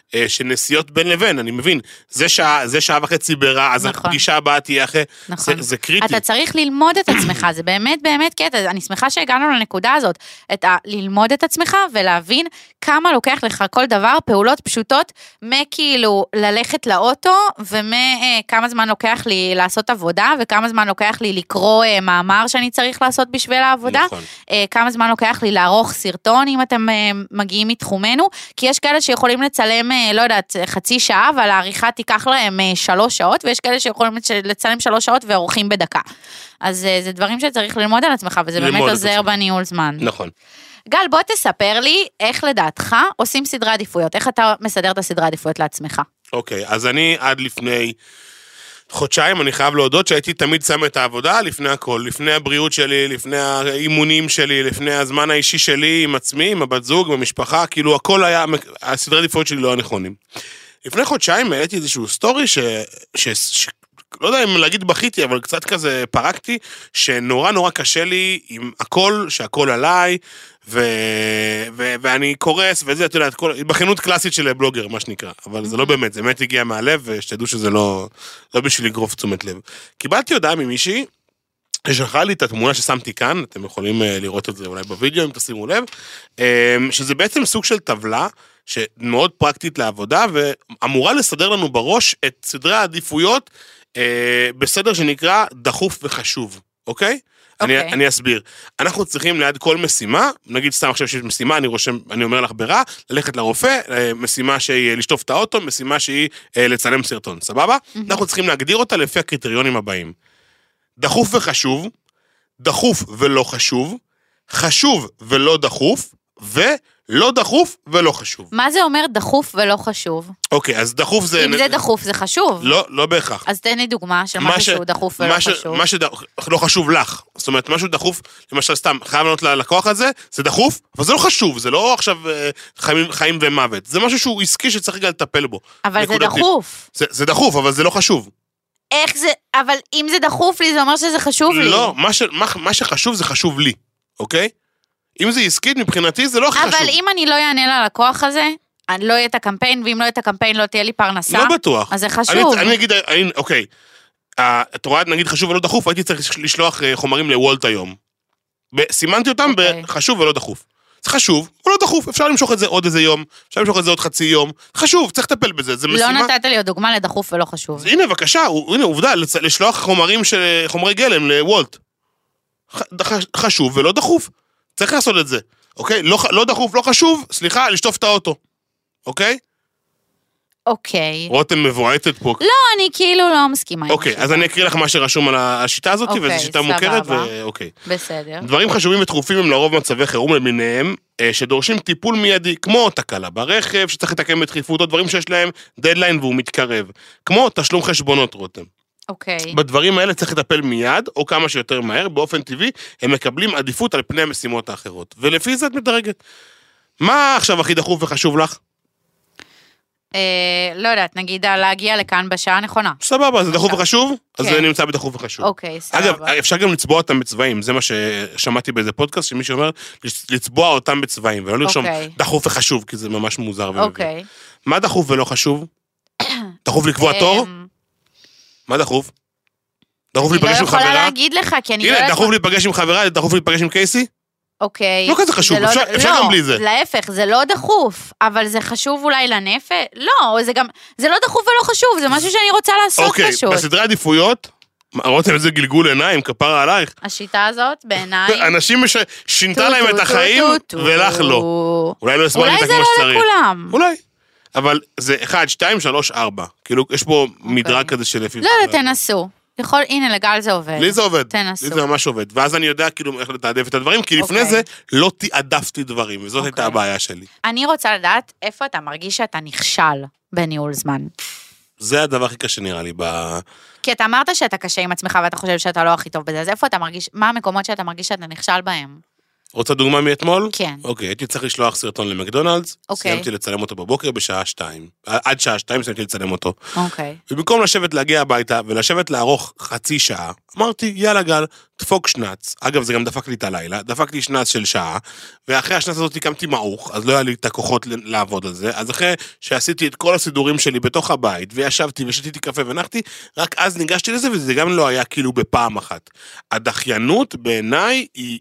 של נסיעות בין לבין, אני מבין, זה שעה, זה שעה וחצי ברע, אז נכון. הפגישה הבאה תהיה אחרי, נכון. זה, זה קריטי. אתה צריך ללמוד את עצמך, זה באמת באמת קטע, אני שמחה שהגענו לנקודה הזאת, את ה- ללמוד את עצמך ולהבין כמה לוקח לך כל דבר, פעולות פשוטות, מכאילו ללכת לאוטו, ומכמה זמן לוקח לי לעשות עבודה, וכמה זמן לוקח לי לקרוא אה, מאמר שאני צריך לעשות בשביל העבודה, נכון. אה, כמה זמן לוקח לי לערוך סרטון, אם אתם אה, מגיעים מתחומנו, כי יש כאלה שיכולים לצלם, אה, לא יודעת, חצי שעה, אבל העריכה תיקח להם אה, שלוש שעות, ויש כאלה שיכולים לצלם שלוש שעות ועורכים בדקה. אז אה, זה דברים שצריך ללמוד על עצמך, וזה באמת עוזר בניהול זמן. נכון. גל, בוא תספר לי איך לדעתך עושים סדרי עדיפויות, איך אתה מסדר את הסדרי עדיפויות לעצמך. אוקיי, אז אני עד לפני חודשיים, אני חייב להודות שהייתי תמיד שם את העבודה לפני הכל, לפני הבריאות שלי, לפני האימונים שלי, לפני הזמן האישי שלי עם עצמי, עם הבת זוג, במשפחה, כאילו הכל היה, הסדרי עדיפויות שלי לא הנכונים. לפני חודשיים העליתי איזשהו סטורי ש... ש... ש... לא יודע אם להגיד בכיתי, אבל קצת כזה פרקתי, שנורא נורא קשה לי עם הכל, שהכל עליי, ו... ו... ואני קורס, וזה, אתה יודע, כל... בכנות קלאסית של בלוגר, מה שנקרא, אבל זה לא באמת, זה באמת הגיע מהלב, ושתדעו שזה לא, לא בשביל לגרוף תשומת לב. קיבלתי הודעה ממישהי, ששלחה לי את התמונה ששמתי כאן, אתם יכולים לראות את זה אולי בווידאו, אם תשימו לב, שזה בעצם סוג של טבלה, שמאוד פרקטית לעבודה, ואמורה לסדר לנו בראש את סדרי העדיפויות, בסדר שנקרא דחוף וחשוב, אוקיי? אני, אני אסביר. אנחנו צריכים ליד כל משימה, נגיד סתם עכשיו שיש משימה, אני רושם, אני אומר לך ברע, ללכת לרופא, משימה שהיא לשטוף את האוטו, משימה שהיא לצלם סרטון, סבבה? אנחנו צריכים להגדיר אותה לפי הקריטריונים הבאים. דחוף וחשוב, דחוף ולא חשוב, חשוב ולא דחוף, ולא דחוף ולא חשוב. מה זה אומר דחוף ולא חשוב? אוקיי, אז דחוף זה... אם זה דחוף זה חשוב. לא, לא בהכרח. אז תן לי דוגמה של משהו שהוא דחוף ולא חשוב. מה שלא חשוב לך, זאת אומרת, משהו דחוף, למשל סתם, חייב לענות ללקוח הזה, זה דחוף, אבל זה לא חשוב, זה לא עכשיו חיים ומוות, זה משהו שהוא עסקי שצריך רגע לטפל בו. אבל זה דחוף. זה דחוף, אבל זה לא חשוב. איך זה, אבל אם זה דחוף לי, זה אומר שזה חשוב לי. לא, מה שחשוב זה חשוב לי, אוקיי? אם זה עסקית, מבחינתי זה לא הכי חשוב. אבל אם אני לא יענה ללקוח הזה, אני לא יהיה את הקמפיין, ואם לא יהיה את הקמפיין, לא תהיה לי פרנסה. לא בטוח. אז זה חשוב. אני אגיד, אוקיי, את רואה, נגיד חשוב ולא דחוף, הייתי צריך לשלוח חומרים לוולט היום. סימנתי אותם בחשוב ולא דחוף. זה חשוב, או לא דחוף, אפשר למשוך את זה עוד איזה יום, אפשר למשוך את זה עוד חצי יום, חשוב, צריך לטפל בזה, זה משימה. לא נתת לי עוד דוגמה לדחוף ולא חשוב. הנה, בבקשה, הנה, עובדה, לשלוח חומרים של חומרי גלם לוולט. חשוב ולא דחוף. צריך לעשות את זה, אוקיי? לא, לא דחוף, לא חשוב, סליחה, לשטוף את האוטו, אוקיי? אוקיי. רותם מבועטת פה. לא, אני כאילו לא מסכימה. אוקיי, אז אני אקריא לך מה שרשום על השיטה הזאת, אוקיי, וזו שיטה מוכרת, ואוקיי. בסדר. דברים חשובים ודחופים הם לרוב מצבי חירום למיניהם, שדורשים טיפול מיידי, כמו תקלה ברכב, שצריך לתקן בדחיפות, או דברים שיש להם דדליין והוא מתקרב. כמו תשלום חשבונות, רותם. אוקיי. בדברים האלה צריך לטפל מיד, או כמה שיותר מהר, באופן טבעי, הם מקבלים עדיפות על פני המשימות האחרות. ולפי זה את מדרגת. מה עכשיו הכי דחוף וחשוב לך? לא יודעת, נגיד להגיע לכאן בשעה הנכונה. סבבה, זה דחוף וחשוב? אז זה נמצא בדחוף וחשוב. אוקיי, סבבה. אגב, אפשר גם לצבוע אותם בצבעים, זה מה ששמעתי באיזה פודקאסט, שמישהו אומר, לצבוע אותם בצבעים, ולא לרשום דחוף וחשוב, כי זה ממש מוזר. אוקיי. מה דחוף ולא חשוב? דחוף לקבוע תור? מה דחוף? דחוף להיפגש עם חברה? אני לא יכולה להגיד לך, כי אני לא יודעת... הנה, דחוף להיפגש עם חברה, דחוף להיפגש עם קייסי? אוקיי. לא כזה חשוב, אפשר גם בלי זה. לא, להפך, זה לא דחוף, אבל זה חשוב אולי לנפש? לא, זה גם, זה לא דחוף ולא חשוב, זה משהו שאני רוצה לעשות פשוט. אוקיי, בסדרי עדיפויות, רותם איזה גלגול עיניים, כפרה עלייך. השיטה הזאת, בעיניי... אנשים שינתה להם את החיים, ולך לא. אולי לא הסברתי את זה כמו שצריך. אולי זה לא לכולם. אולי. אבל זה אחד, שתיים, שלוש, ארבע. כאילו, יש פה מדרג כזה של לפי... לא, לא, תנסו. יכול, הנה, לגל זה עובד. לי זה עובד. תנסו. לי זה ממש עובד. ואז אני יודע כאילו איך לתעדף את הדברים, כי לפני זה לא תעדפתי דברים, וזאת הייתה הבעיה שלי. אני רוצה לדעת איפה אתה מרגיש שאתה נכשל בניהול זמן. זה הדבר הכי קשה נראה לי ב... כי אתה אמרת שאתה קשה עם עצמך, ואתה חושב שאתה לא הכי טוב בזה, אז איפה אתה מרגיש, מה המקומות שאתה מרגיש שאתה נכשל בהם? רוצה דוגמה מאתמול? כן. אוקיי, הייתי צריך לשלוח סרטון למקדונלדס, אוקיי. סיימתי לצלם אותו בבוקר בשעה שתיים. עד שעה שתיים סיימתי לצלם אותו. אוקיי. ובמקום לשבת להגיע הביתה ולשבת לערוך חצי שעה, אמרתי, יאללה גל, דפוק שנץ. אגב, זה גם דפק לי את הלילה, דפק לי שנץ של שעה, ואחרי השנץ הזאת הקמתי מעוך, אז לא היה לי את הכוחות לעבוד על זה, אז אחרי שעשיתי את כל הסידורים שלי בתוך הבית, וישבתי ושתיתי קפה ונחתי, רק אז ניגשתי לזה, וזה גם לא היה כאילו בפעם אחת. הדחיינות בעיניי היא,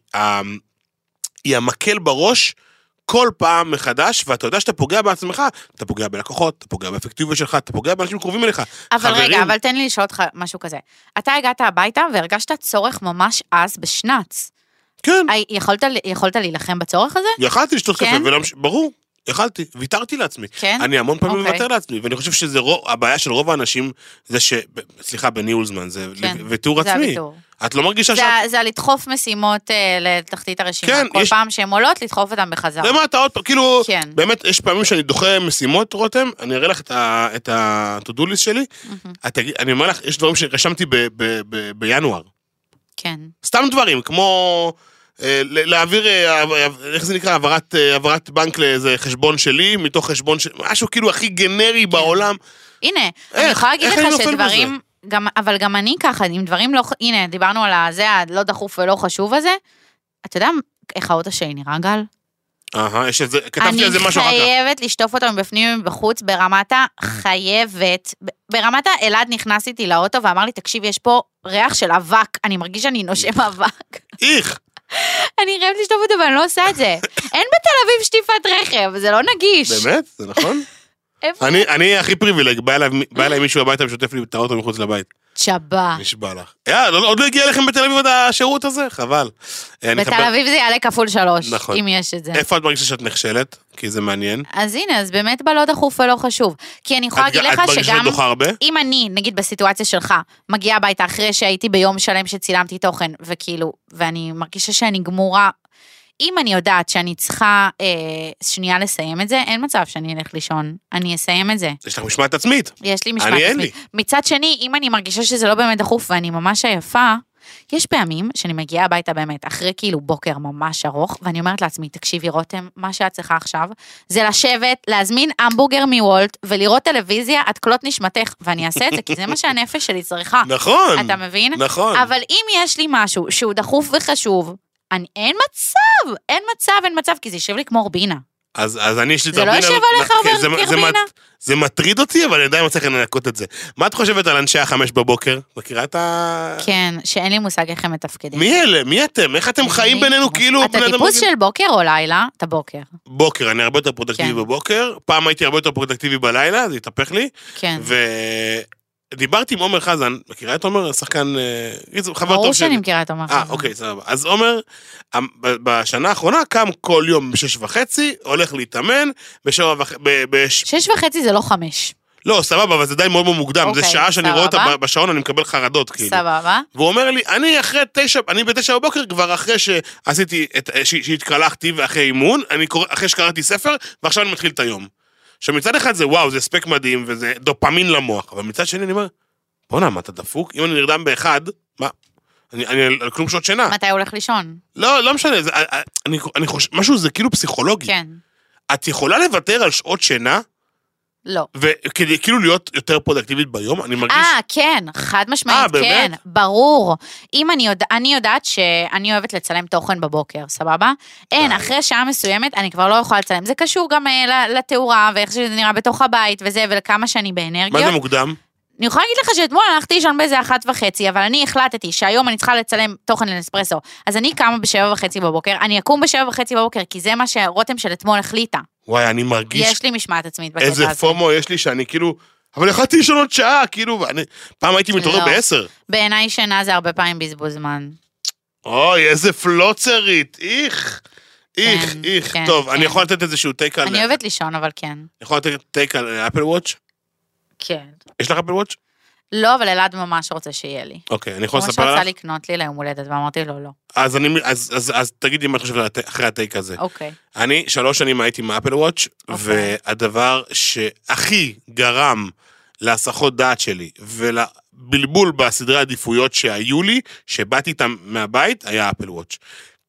היא המקל בראש כל פעם מחדש, ואתה יודע שאתה פוגע בעצמך, אתה פוגע בלקוחות, אתה פוגע באפקטיביות שלך, אתה פוגע באנשים קרובים אליך. אבל חברים... רגע, אבל תן לי לשאול אותך משהו כזה. אתה הגעת הביתה והרגשת צורך ממש אז בשנץ. כן. יכולת, יכולת להילחם בצורך הזה? יכלתי לשתות כן? קפה, ולמש... ברור. יכלתי, ויתרתי לעצמי. כן? אני המון פעמים אוקיי. מוותר לעצמי, ואני חושב שזה רוב, הבעיה של רוב האנשים, זה ש... סליחה, בניהול זמן, זה כן. ויתור זה עצמי. הוויתור. את לא מרגישה זה, שאת... זה לדחוף משימות אה, לתחתית הרשימה. כן, כל יש- פעם שהן עולות, לדחוף אותן בחזרה. למה אתה עוד פעם, כאילו, כן. באמת, יש פעמים שאני דוחה משימות, רותם, אני אראה לך את ה- את ה-to-do list שלי, את תגיד- אני אומר לך, יש דברים שרשמתי ב- ב- ב- בינואר. כן. סתם דברים, כמו אה, ל- להעביר, אה, איך זה נקרא, העברת, אה, העברת בנק לאיזה חשבון שלי, מתוך חשבון של... משהו כאילו הכי גנרי בעולם. הנה, אני יכולה להגיד איך לך אני נופל שדברים, גם, אבל גם אני ככה, עם דברים לא, הנה, דיברנו על הזה, הלא דחוף ולא חשוב הזה, אתה יודע איך האוטו שלי נראה, גל? אהה, יש איזה, כתבתי על זה משהו אחר אני כך. חייבת לשטוף אותו מבפנים ובחוץ, ברמת החייבת, ברמת האלעד נכנס איתי לאוטו ואמר לי, תקשיב, יש פה ריח של אבק, אני מרגיש שאני נושם אבק. איך? אני חייבת לשטוף אותו ואני לא עושה את זה. אין בתל אביב שטיפת רכב, זה לא נגיש. באמת? זה נכון? איפה? אני, אני הכי פריבילג, בא אליי, בא אליי מישהו הביתה ושוטף לי את האוטו מחוץ לבית. שבה. נשבע לך. יא, לא- עוד לא הגיע אליכם בתל אביב עוד השירות הזה? חבל. אני בתל חבר- אביב זה יעלה כפול שלוש, נכון. אם יש את זה. איפה את מרגישה שאת נכשלת? כי זה מעניין. אז הנה, אז באמת בלא דחוף ולא חשוב. כי אני יכולה את- להגיד לך את מרגישה שגם, שאת דוחה הרבה? אם אני, נגיד בסיטואציה שלך, מגיעה הביתה אחרי שהייתי ביום שלם שצילמתי תוכן, וכאילו, ואני מרגישה שאני גמורה, אם אני יודעת שאני צריכה אה, שנייה לסיים את זה, אין מצב שאני אלך לישון. אני אסיים את זה. יש לך משמעת עצמית. יש לי משפט אני, אין עצמי. מצד שני, אם אני מרגישה שזה לא באמת דחוף ואני ממש עייפה, יש פעמים שאני מגיעה הביתה באמת, אחרי כאילו בוקר ממש ארוך, ואני אומרת לעצמי, תקשיבי רותם, מה שאת צריכה עכשיו, זה לשבת, להזמין המבורגר מוולט, ולראות טלוויזיה עד כלות נשמתך, ואני אעשה את זה, כי זה מה שהנפש שלי צריכה. נכון. אתה מבין? נכון. אבל אם יש לי משהו שהוא דחוף וחשוב, אני, אין מצב, אין מצב, אין מצב, כי זה יושב לי כמו אורבינה. אז, אז אני יש לי זה לא יושב עליך כן, הרבה זה- זה כרבינה? מט- זה מטריד אותי, אבל אני עדיין מצליח לנקות את זה. מה את חושבת על אנשי החמש בבוקר? מכירה את ה... כן, שאין לי מושג איך הם מתפקדים. מי אלה? מי אתם? איך אתם חיים בינינו כאילו... אתה בני אדם טיפוס רגילים? של בוקר או לילה? אתה בוקר. בוקר, אני הרבה יותר פרודקטיבי כן. בבוקר. פעם הייתי הרבה יותר פרודקטיבי בלילה, זה התהפך לי. כן. ודיברתי עם עומר חזן, מכירה את עומר? שחקן, אה, חבר ברור טוב שלי. שאני מכירה את עומר אה, חזן. אוקיי, סבבה. אז עומר, ב- בשנה האחרונה קם כל יום בשש וחצי, הולך להתאמן, בשבע וחצי, שש וחצי זה לא חמש. לא, סבבה, אבל זה די מאוד מאוד מוקדם, זה אוקיי, שעה שאני רואה אותה סבבה. ב- בשעון, אני מקבל חרדות, כאילו. סבבה. והוא אומר לי, אני אחרי תשע, אני בתשע בבוקר, כבר אחרי שעשיתי, את- ש- שהתקלחתי ואחרי אימון, אני קורא, אחרי שקראתי ספר, ועכשיו אני מתחיל את היום. עכשיו מצד אחד זה וואו, זה הספק מדהים, וזה דופמין למוח, אבל מצד שני אני אומר, בוא'נה, מה אתה דפוק? אם אני נרדם באחד, מה? אני, אני על כלום שעות שינה. מתי הולך לישון? לא, לא משנה, זה, אני, אני חושב, משהו זה כאילו פסיכולוגי. כן. את יכולה לוותר על שעות שינה, לא. וכדי כאילו להיות יותר פרודקטיבית ביום, אני מרגיש... אה, כן, חד אה, משמעית, באמת? כן, ברור. אם אני, יודע, אני יודעת שאני אוהבת לצלם תוכן בבוקר, סבבה? אין, די. אחרי שעה מסוימת אני כבר לא יכולה לצלם. זה קשור גם אה, ל- לתאורה, ואיך שזה נראה בתוך הבית וזה, ולכמה שאני מה באנרגיות. זה מוקדם? אני יכולה להגיד לך שאתמול הלכתי לישון באיזה אחת וחצי, אבל אני החלטתי שהיום אני צריכה לצלם תוכן לנספרסו. אז אני קמה בשבע וחצי בבוקר, אני אקום בשבע וחצי בבוקר, כי זה מה שרותם של אתמול החליטה. וואי, אני מרגיש יש לי משמעת עצמית בקטע הזה. איזה פומו יש לי שאני כאילו... אבל יכולתי לישון עוד שעה, כאילו, ואני... פעם הייתי מתעורר לא. בעשר. בעיניי שינה זה הרבה פעמים בזבוז זמן. אוי, איזה פלוצרית, איך. איך, כן, איך. כן, טוב, כן. אני יכול לתת איזשהו טייק על... אני אוהבת לישון, אבל כן. אני יכול לתת טייק על אפל וואץ'? כן. יש לך אפל וואץ'? לא, אבל אלעד ממש רוצה שיהיה לי. אוקיי, אני יכול ממש לספר רצה לך? לקנות לי ליום הולדת, ואמרתי לו לא. אז אני... אז- אז אז תגידי מה את חושבת על הט- אחרי הטייק הזה. אוקיי. אני שלוש שנים הייתי עם אפל וואץ', אוקיי. והדבר שהכי גרם להסחות דעת שלי, ולבלבול בסדרי העדיפויות שהיו לי, שבאתי איתם מהבית, היה אפל וואץ'.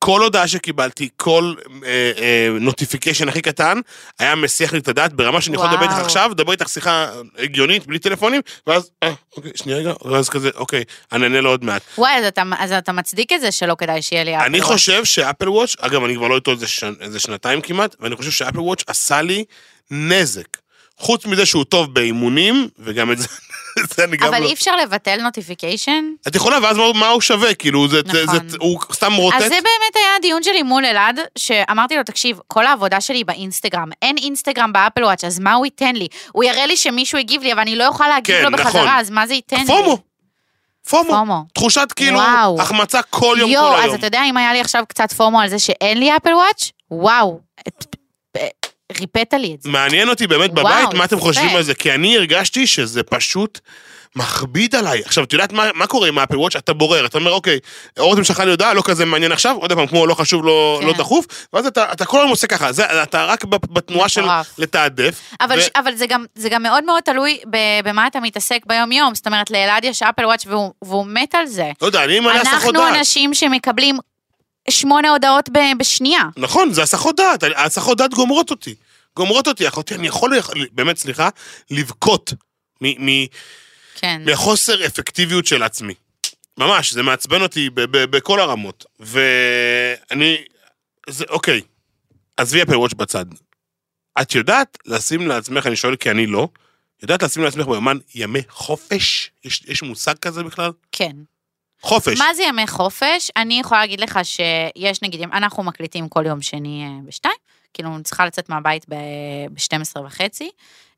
כל הודעה שקיבלתי, כל נוטיפיקיישן הכי קטן, היה מסיח לי את הדעת, ברמה שאני יכול לדבר איתך עכשיו, לדבר איתך שיחה הגיונית, בלי טלפונים, ואז, אה, אוקיי, שנייה רגע, ואז כזה, אוקיי, אני אענה לו עוד מעט. וואי, אז אתה, אז אתה מצדיק את זה שלא כדאי שיהיה לי אפל וואץ'. אני חושב שאפל וואץ', אגב, אני כבר לא איתו איזה, שנ, איזה שנתיים כמעט, ואני חושב שאפל וואץ' עשה לי נזק. חוץ מזה שהוא טוב באימונים, וגם את זה, זה אני גם אבל לא... אי אפשר לבטל נוטיפיקיישן? את יכולה, ואז מה, מה הוא שווה? כאילו, זה, נכון. זה, זה, הוא סתם רוטט. אז זה באמת היה הדיון שלי מול אלעד, שאמרתי לו, תקשיב, כל העבודה שלי באינסטגרם, אין אינסטגרם באפל וואץ', אז מה הוא ייתן לי? הוא יראה לי שמישהו הגיב לי, אבל אני לא יכולה להגיב כן, לו בחזרה, נכון. אז מה זה ייתן לי? פומו. פומו. פומו. תחושת כאילו, וואו. החמצה כל יום, יו, כל אז היום. אתה יודע, אם היה לי עכשיו קצת פומו על זה שאין לי אפל וואץ', וואו, ריפאת לי את זה. מעניין אותי באמת וואו, בבית, מה אתם יפה. חושבים על זה, כי אני הרגשתי שזה פשוט מכביד עליי. עכשיו, את יודעת מה, מה קורה עם האפל וואץ'? אתה בורר, אתה אומר, אוקיי, רותם שלחה לי הודעה, לא כזה מעניין עכשיו, עוד פעם, כמו לא חשוב, לא, כן. לא דחוף, ואז אתה, אתה כל הזמן עושה ככה, זה, אתה רק בתנועה של מטורף. לתעדף. אבל, ו... ש- אבל זה גם, זה גם מאוד מאוד תלוי ב- במה אתה מתעסק ביום יום, זאת אומרת, לאלעד יש אפל וואץ' והוא, והוא מת על זה. לא יודע, אני מלא הסחות אנחנו דעת. אנשים שמקבלים שמונה הודעות ב- בשנייה. נכון, זה הסחות דעת, הסחות דעת גומרות אותי. גומרות אותי, אחותי, אני יכול, באמת, סליחה, לבכות מ... מ- כן. מחוסר אפקטיביות של עצמי. ממש, זה מעצבן אותי ב- ב- בכל הרמות. ואני, זה, אוקיי, עזבי אפל וואץ' בצד. את יודעת לשים לעצמך, אני שואל כי אני לא, יודעת לשים לעצמך ביומן ימי חופש? יש, יש מושג כזה בכלל? כן. חופש. מה זה ימי חופש? אני יכולה להגיד לך שיש נגיד, אנחנו מקליטים כל יום שני אה, בשתיים, כאילו אני צריכה לצאת מהבית ב-שתים עשרה וחצי,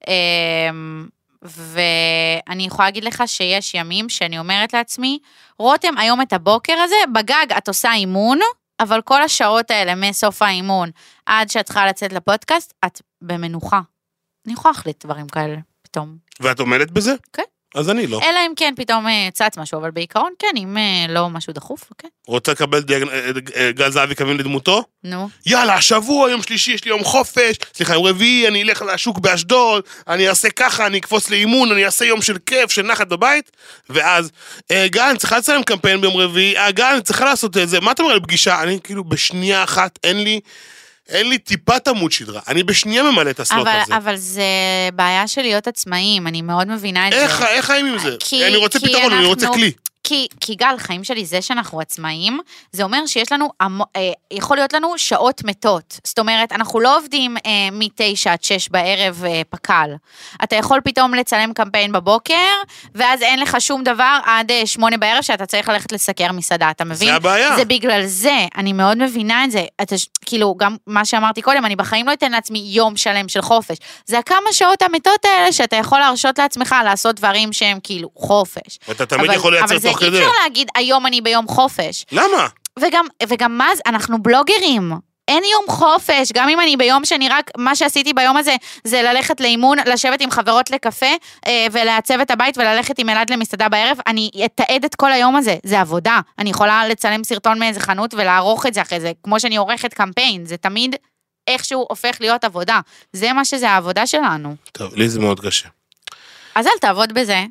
ואני יכולה להגיד לך שיש ימים שאני אומרת לעצמי, רותם היום את הבוקר הזה, בגג את עושה אימון, אבל כל השעות האלה מסוף האימון, עד שאת צריכה לצאת לפודקאסט, את במנוחה. אני יכולה להחליט דברים כאלה פתאום. ואת עומדת בזה? כן. אז אני לא. אלא אם כן פתאום צץ משהו, אבל בעיקרון כן, אם לא משהו דחוף, כן. רוצה לקבל דיאג... גל זהבי קווים לדמותו? נו. יאללה, השבוע, יום שלישי, יש לי יום חופש, סליחה, יום רביעי, אני אלך לשוק באשדוד, אני אעשה ככה, אני אקפוץ לאימון, אני אעשה יום של כיף, של נחת בבית, ואז, אה, גל, אני צריכה לצלם קמפיין ביום רביעי, אה, גל, אני צריכה לעשות את זה, מה אתה אומר על פגישה? אני כאילו בשנייה אחת, אין לי... אין לי טיפת עמוד שדרה, אני בשנייה ממלא את הסלוט אבל, הזה. אבל זה בעיה של להיות עצמאים, אני מאוד מבינה את איך, זה. איך חיים עם זה? כי, אני רוצה כי פתרון, אנחנו, אני רוצה כלי. כי, כי גל, חיים שלי זה שאנחנו עצמאים, זה אומר שיש לנו, אה, יכול להיות לנו שעות מתות. זאת אומרת, אנחנו לא עובדים אה, מתשע עד שש בערב אה, פקל. אתה יכול פתאום לצלם קמפיין בבוקר, ואז אין לך שום דבר עד אה, שמונה בערב שאתה צריך ללכת לסקר מסעדה, אתה מבין? זה הבעיה. זה בגלל זה, אני מאוד מבינה את זה. אתה, כאילו, גם מה שאמרתי קודם, אני בחיים לא אתן לעצמי יום שלם של חופש. זה הכמה שעות המתות האלה שאתה יכול להרשות לעצמך לעשות דברים שהם כאילו חופש. ואתה תמיד אבל, יכול לייצר אבל תוך כדי. אבל זה אי אפשר להגיד, היום אני ביום חופש. למה? וגם, וגם מה זה, אנחנו בלוגרים. אין יום חופש, גם אם אני ביום שאני רק, מה שעשיתי ביום הזה, זה ללכת לאימון, לשבת עם חברות לקפה, אה, ולעצב את הבית, וללכת עם אלעד למסעדה בערב, אני אתעד את כל היום הזה, זה עבודה. אני יכולה לצלם סרטון מאיזה חנות, ולערוך את זה אחרי זה, כמו שאני עורכת קמפיין, זה תמיד איכשהו הופך להיות עבודה. זה מה שזה העבודה שלנו. טוב, לי זה מאוד קשה. אז אל תעבוד בזה.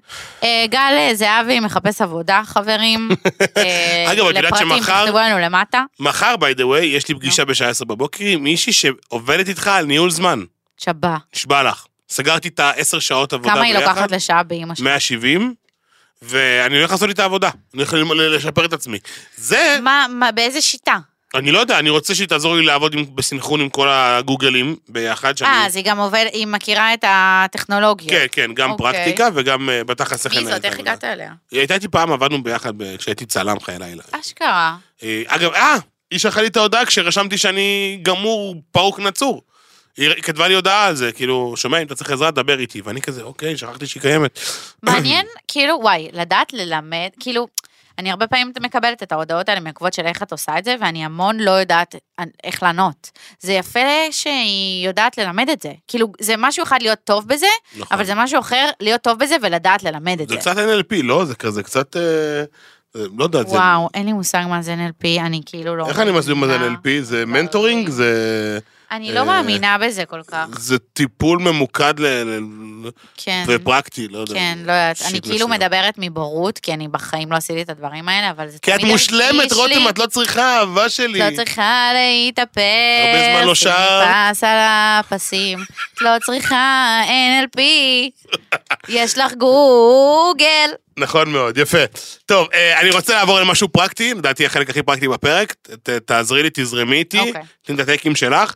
גל זהבי מחפש עבודה, חברים. אגב, את יודעת שמחר... לפרטים תכתבו לנו למטה. מחר, by the way, יש לי פגישה בשעה עשר בבוקר, עם מישהי שעובדת איתך על ניהול זמן. שבה. נשבע לך. סגרתי את העשר שעות עבודה כמה ביחד. היא לוקחת לשעה באמא שלה? מאה שבעים, ואני הולך לעשות איתה עבודה. אני הולך לשפר את עצמי. זה... מה, מה, באיזה שיטה? אני לא יודע, אני רוצה שהיא תעזור לי לעבוד עם, בסנכרון עם כל הגוגלים ביחד. שאני... אה, אז היא גם עובד, היא מכירה את הטכנולוגיה. כן, כן, גם אוקיי. פרקטיקה וגם uh, בתכלס איך מי לנהל זאת? את איך העבודה. הגעת אליה? היא הייתה איתי פעם, עבדנו ביחד ב- כשהייתי צלם חיי לילה. אשכרה. אה, אגב, אה, היא שלחה לי את ההודעה כשרשמתי שאני גמור, פרוק נצור. היא כתבה לי הודעה על זה, כאילו, שומע, אם אתה צריך עזרה, דבר איתי. ואני כזה, אוקיי, שכחתי שהיא קיימת. מעניין, כאילו, וואי, לדעת ללמד, כאילו, אני הרבה פעמים מקבלת את ההודעות האלה מעקבות של איך את עושה את זה, ואני המון לא יודעת איך לענות. זה יפה שהיא יודעת ללמד את זה. כאילו, זה משהו אחד להיות טוב בזה, נכון. אבל זה משהו אחר להיות טוב בזה ולדעת ללמד את זה. זה קצת אן אל פי, לא? זה כזה קצת, אה, לא יודעת, זה... וואו, אין לי מושג מה זה אן אל פי, אני כאילו לא... איך אני מסביר מה זה אן אל פי? זה מנטורינג? זה... אני לא מאמינה בזה כל כך. זה טיפול ממוקד כן. ופרקטי, לא יודע. כן, לא יודעת. אני כאילו מדברת מבורות, כי אני בחיים לא עשיתי את הדברים האלה, אבל זה כי את מושלמת, רותם, את לא צריכה, אהבה שלי. לא צריכה להתאפס. הרבה זמן לא שר. פס על הפסים. את לא צריכה אן אל פי. יש לך גוגל. נכון מאוד, יפה. טוב, אני רוצה לעבור למשהו פרקטי, לדעתי החלק הכי פרקטי בפרק, תעזרי לי, תזרמי איתי, תן את הטייקים שלך.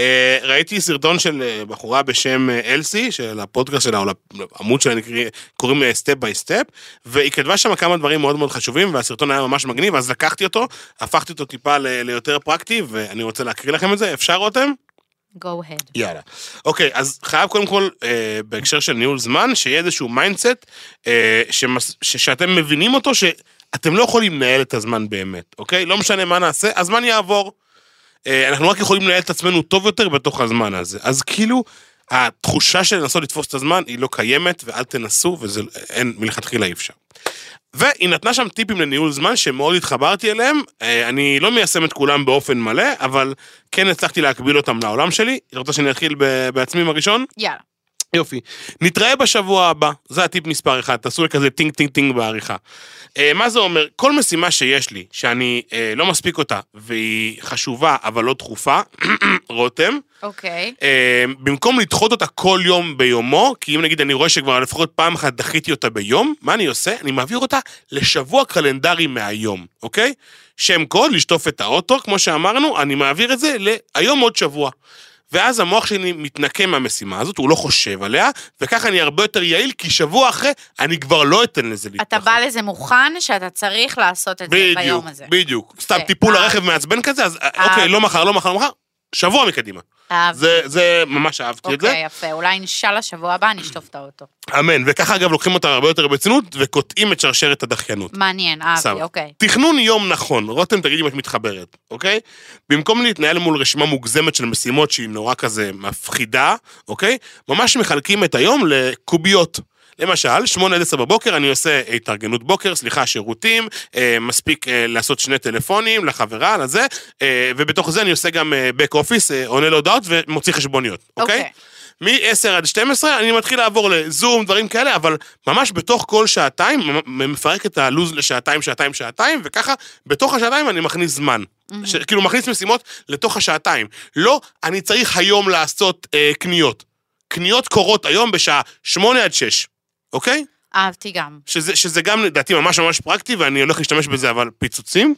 ראיתי סרטון של בחורה בשם אלסי, של הפודקאסט שלה, או לעמוד שלה קוראים סטפ ביי סטפ, והיא כתבה שם כמה דברים מאוד מאוד חשובים, והסרטון היה ממש מגניב, אז לקחתי אותו, הפכתי אותו טיפה ליותר פרקטי, ואני רוצה להקריא לכם את זה, אפשר רותם? Go ahead. יאללה. אוקיי, אז חייב קודם כל, אה, בהקשר של ניהול זמן, שיהיה איזשהו מיינדסט, אה, שמס, ש, שאתם מבינים אותו, שאתם לא יכולים לנהל את הזמן באמת, אוקיי? לא משנה מה נעשה, הזמן יעבור. אה, אנחנו רק יכולים לנהל את עצמנו טוב יותר בתוך הזמן הזה. אז כאילו, התחושה של לנסות לתפוס את הזמן, היא לא קיימת, ואל תנסו, וזה אין, מלכתחילה אי אפשר. והיא נתנה שם טיפים לניהול זמן שמאוד התחברתי אליהם, אני לא מיישם את כולם באופן מלא, אבל כן הצלחתי להקביל אותם לעולם שלי. אתה רוצה שאני אתחיל בעצמי עם הראשון? יאללה. יופי. נתראה בשבוע הבא, זה הטיפ מספר אחד, תעשו לי כזה טינג טינג טינג בעריכה. מה זה אומר? כל משימה שיש לי, שאני לא מספיק אותה, והיא חשובה אבל לא דחופה, רותם, אוקיי. במקום לדחות אותה כל יום ביומו, כי אם נגיד אני רואה שכבר לפחות פעם אחת דחיתי אותה ביום, מה אני עושה? אני מעביר אותה לשבוע קלנדרי מהיום, אוקיי? שם קוד, לשטוף את האוטו, כמו שאמרנו, אני מעביר את זה להיום עוד שבוע. ואז המוח שלי מתנקם מהמשימה הזאת, הוא לא חושב עליה, וככה אני הרבה יותר יעיל, כי שבוע אחרי אני כבר לא אתן לזה להתפחות. אתה בא לזה מוכן שאתה צריך לעשות את זה ביום הזה. בדיוק, בדיוק. סתם טיפול לרכב מעצבן כזה, אז אוקיי, לא מחר, לא מחר, לא מחר, שבוע מקדימה. זה, זה ממש אהבתי את זה. אוקיי, יפה, אולי נשאל לשבוע הבא, נשטוף את האוטו. אמן, וככה אגב לוקחים אותה הרבה יותר ברצינות, וקוטעים את שרשרת הדחיינות. מעניין, אהבתי, אוקיי. תכנון יום נכון, רותם תגיד אם את מתחברת, אוקיי? במקום להתנהל מול רשימה מוגזמת של משימות שהיא נורא כזה מפחידה, אוקיי? ממש מחלקים את היום לקוביות. למשל, שמונה עד עשר בבוקר אני עושה התארגנות בוקר, סליחה, שירותים, אה, מספיק אה, לעשות שני טלפונים לחברה, לזה, אה, ובתוך זה אני עושה גם אה, back office, אה, עונה להודעות ומוציא חשבוניות, אוקיי? מ-עשר עד שתים עשרה אני מתחיל לעבור לזום, דברים כאלה, אבל ממש בתוך כל שעתיים, מפרק את הלוז לשעתיים, שעתיים, שעתיים, וככה בתוך השעתיים אני מכניס זמן. ש- כאילו מכניס משימות לתוך השעתיים. לא, אני צריך היום לעשות אה, קניות. קניות קורות היום בשעה שמונה עד שש. אוקיי? אהבתי גם. שזה, שזה גם לדעתי ממש ממש פרקטי, ואני הולך להשתמש בזה, אבל פיצוצים.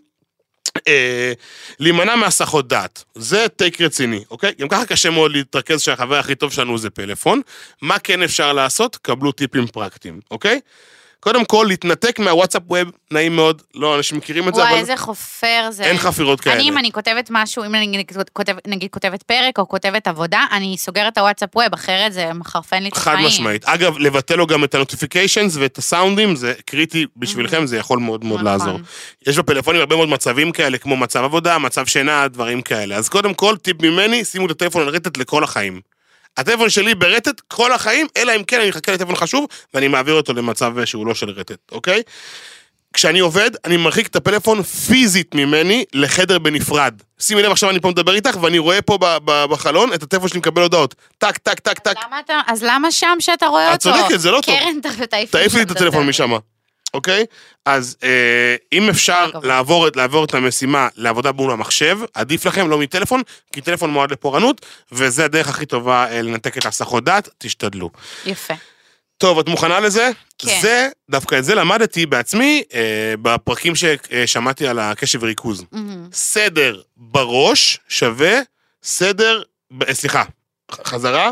אה, להימנע מהסחות דעת. זה טייק רציני, אוקיי? גם ככה קשה מאוד להתרכז שהחבר הכי טוב שלנו זה פלאפון. מה כן אפשר לעשות? קבלו טיפים פרקטיים, אוקיי? קודם כל, להתנתק מהוואטסאפ ווב, נעים מאוד, לא, אנשים מכירים את זה, אבל... וואי, איזה חופר זה. אין חפירות כאלה. אני, אם אני כותבת משהו, אם אני כותבת, נגיד כותבת פרק או כותבת עבודה, אני סוגרת את הוואטסאפ ווב, אחרת זה מחרפן לי את החיים. חד משמעית. אגב, לבטל לו גם את הנוטיפיקיישנס ואת הסאונדים, זה קריטי בשבילכם, זה יכול מאוד מאוד לעזור. יש בפלאפונים הרבה מאוד מצבים כאלה, כמו מצב עבודה, מצב שינה, דברים כאלה. אז קודם כל, טיפ ממני, שימו את הטלפון על רטט לכל החיים. הטלפון שלי ברטט כל החיים, אלא אם כן אני מחכה לטלפון חשוב, ואני מעביר אותו למצב שהוא לא של רטט, אוקיי? כשאני עובד, אני מרחיק את הפלאפון פיזית ממני לחדר בנפרד. שימי לב, עכשיו אני פה מדבר איתך, ואני רואה פה בחלון את הטלפון שלי מקבל הודעות. טק, טק, טק, טק. אז למה שם שאתה רואה אותו? את צודקת, זה לא טוב. קרן, תעיף לי את הטלפון משם. אוקיי? אז אה, אם אפשר לעבור, לעבור את המשימה לעבודה מול המחשב, עדיף לכם, לא מטלפון, כי טלפון מועד לפורענות, וזה הדרך הכי טובה אה, לנתק את הסחות דעת, תשתדלו. יפה. טוב, את מוכנה לזה? כן. זה, דווקא את זה למדתי בעצמי, אה, בפרקים ששמעתי על הקשב וריכוז. Mm-hmm. סדר בראש שווה סדר, ב, סליחה, חזרה?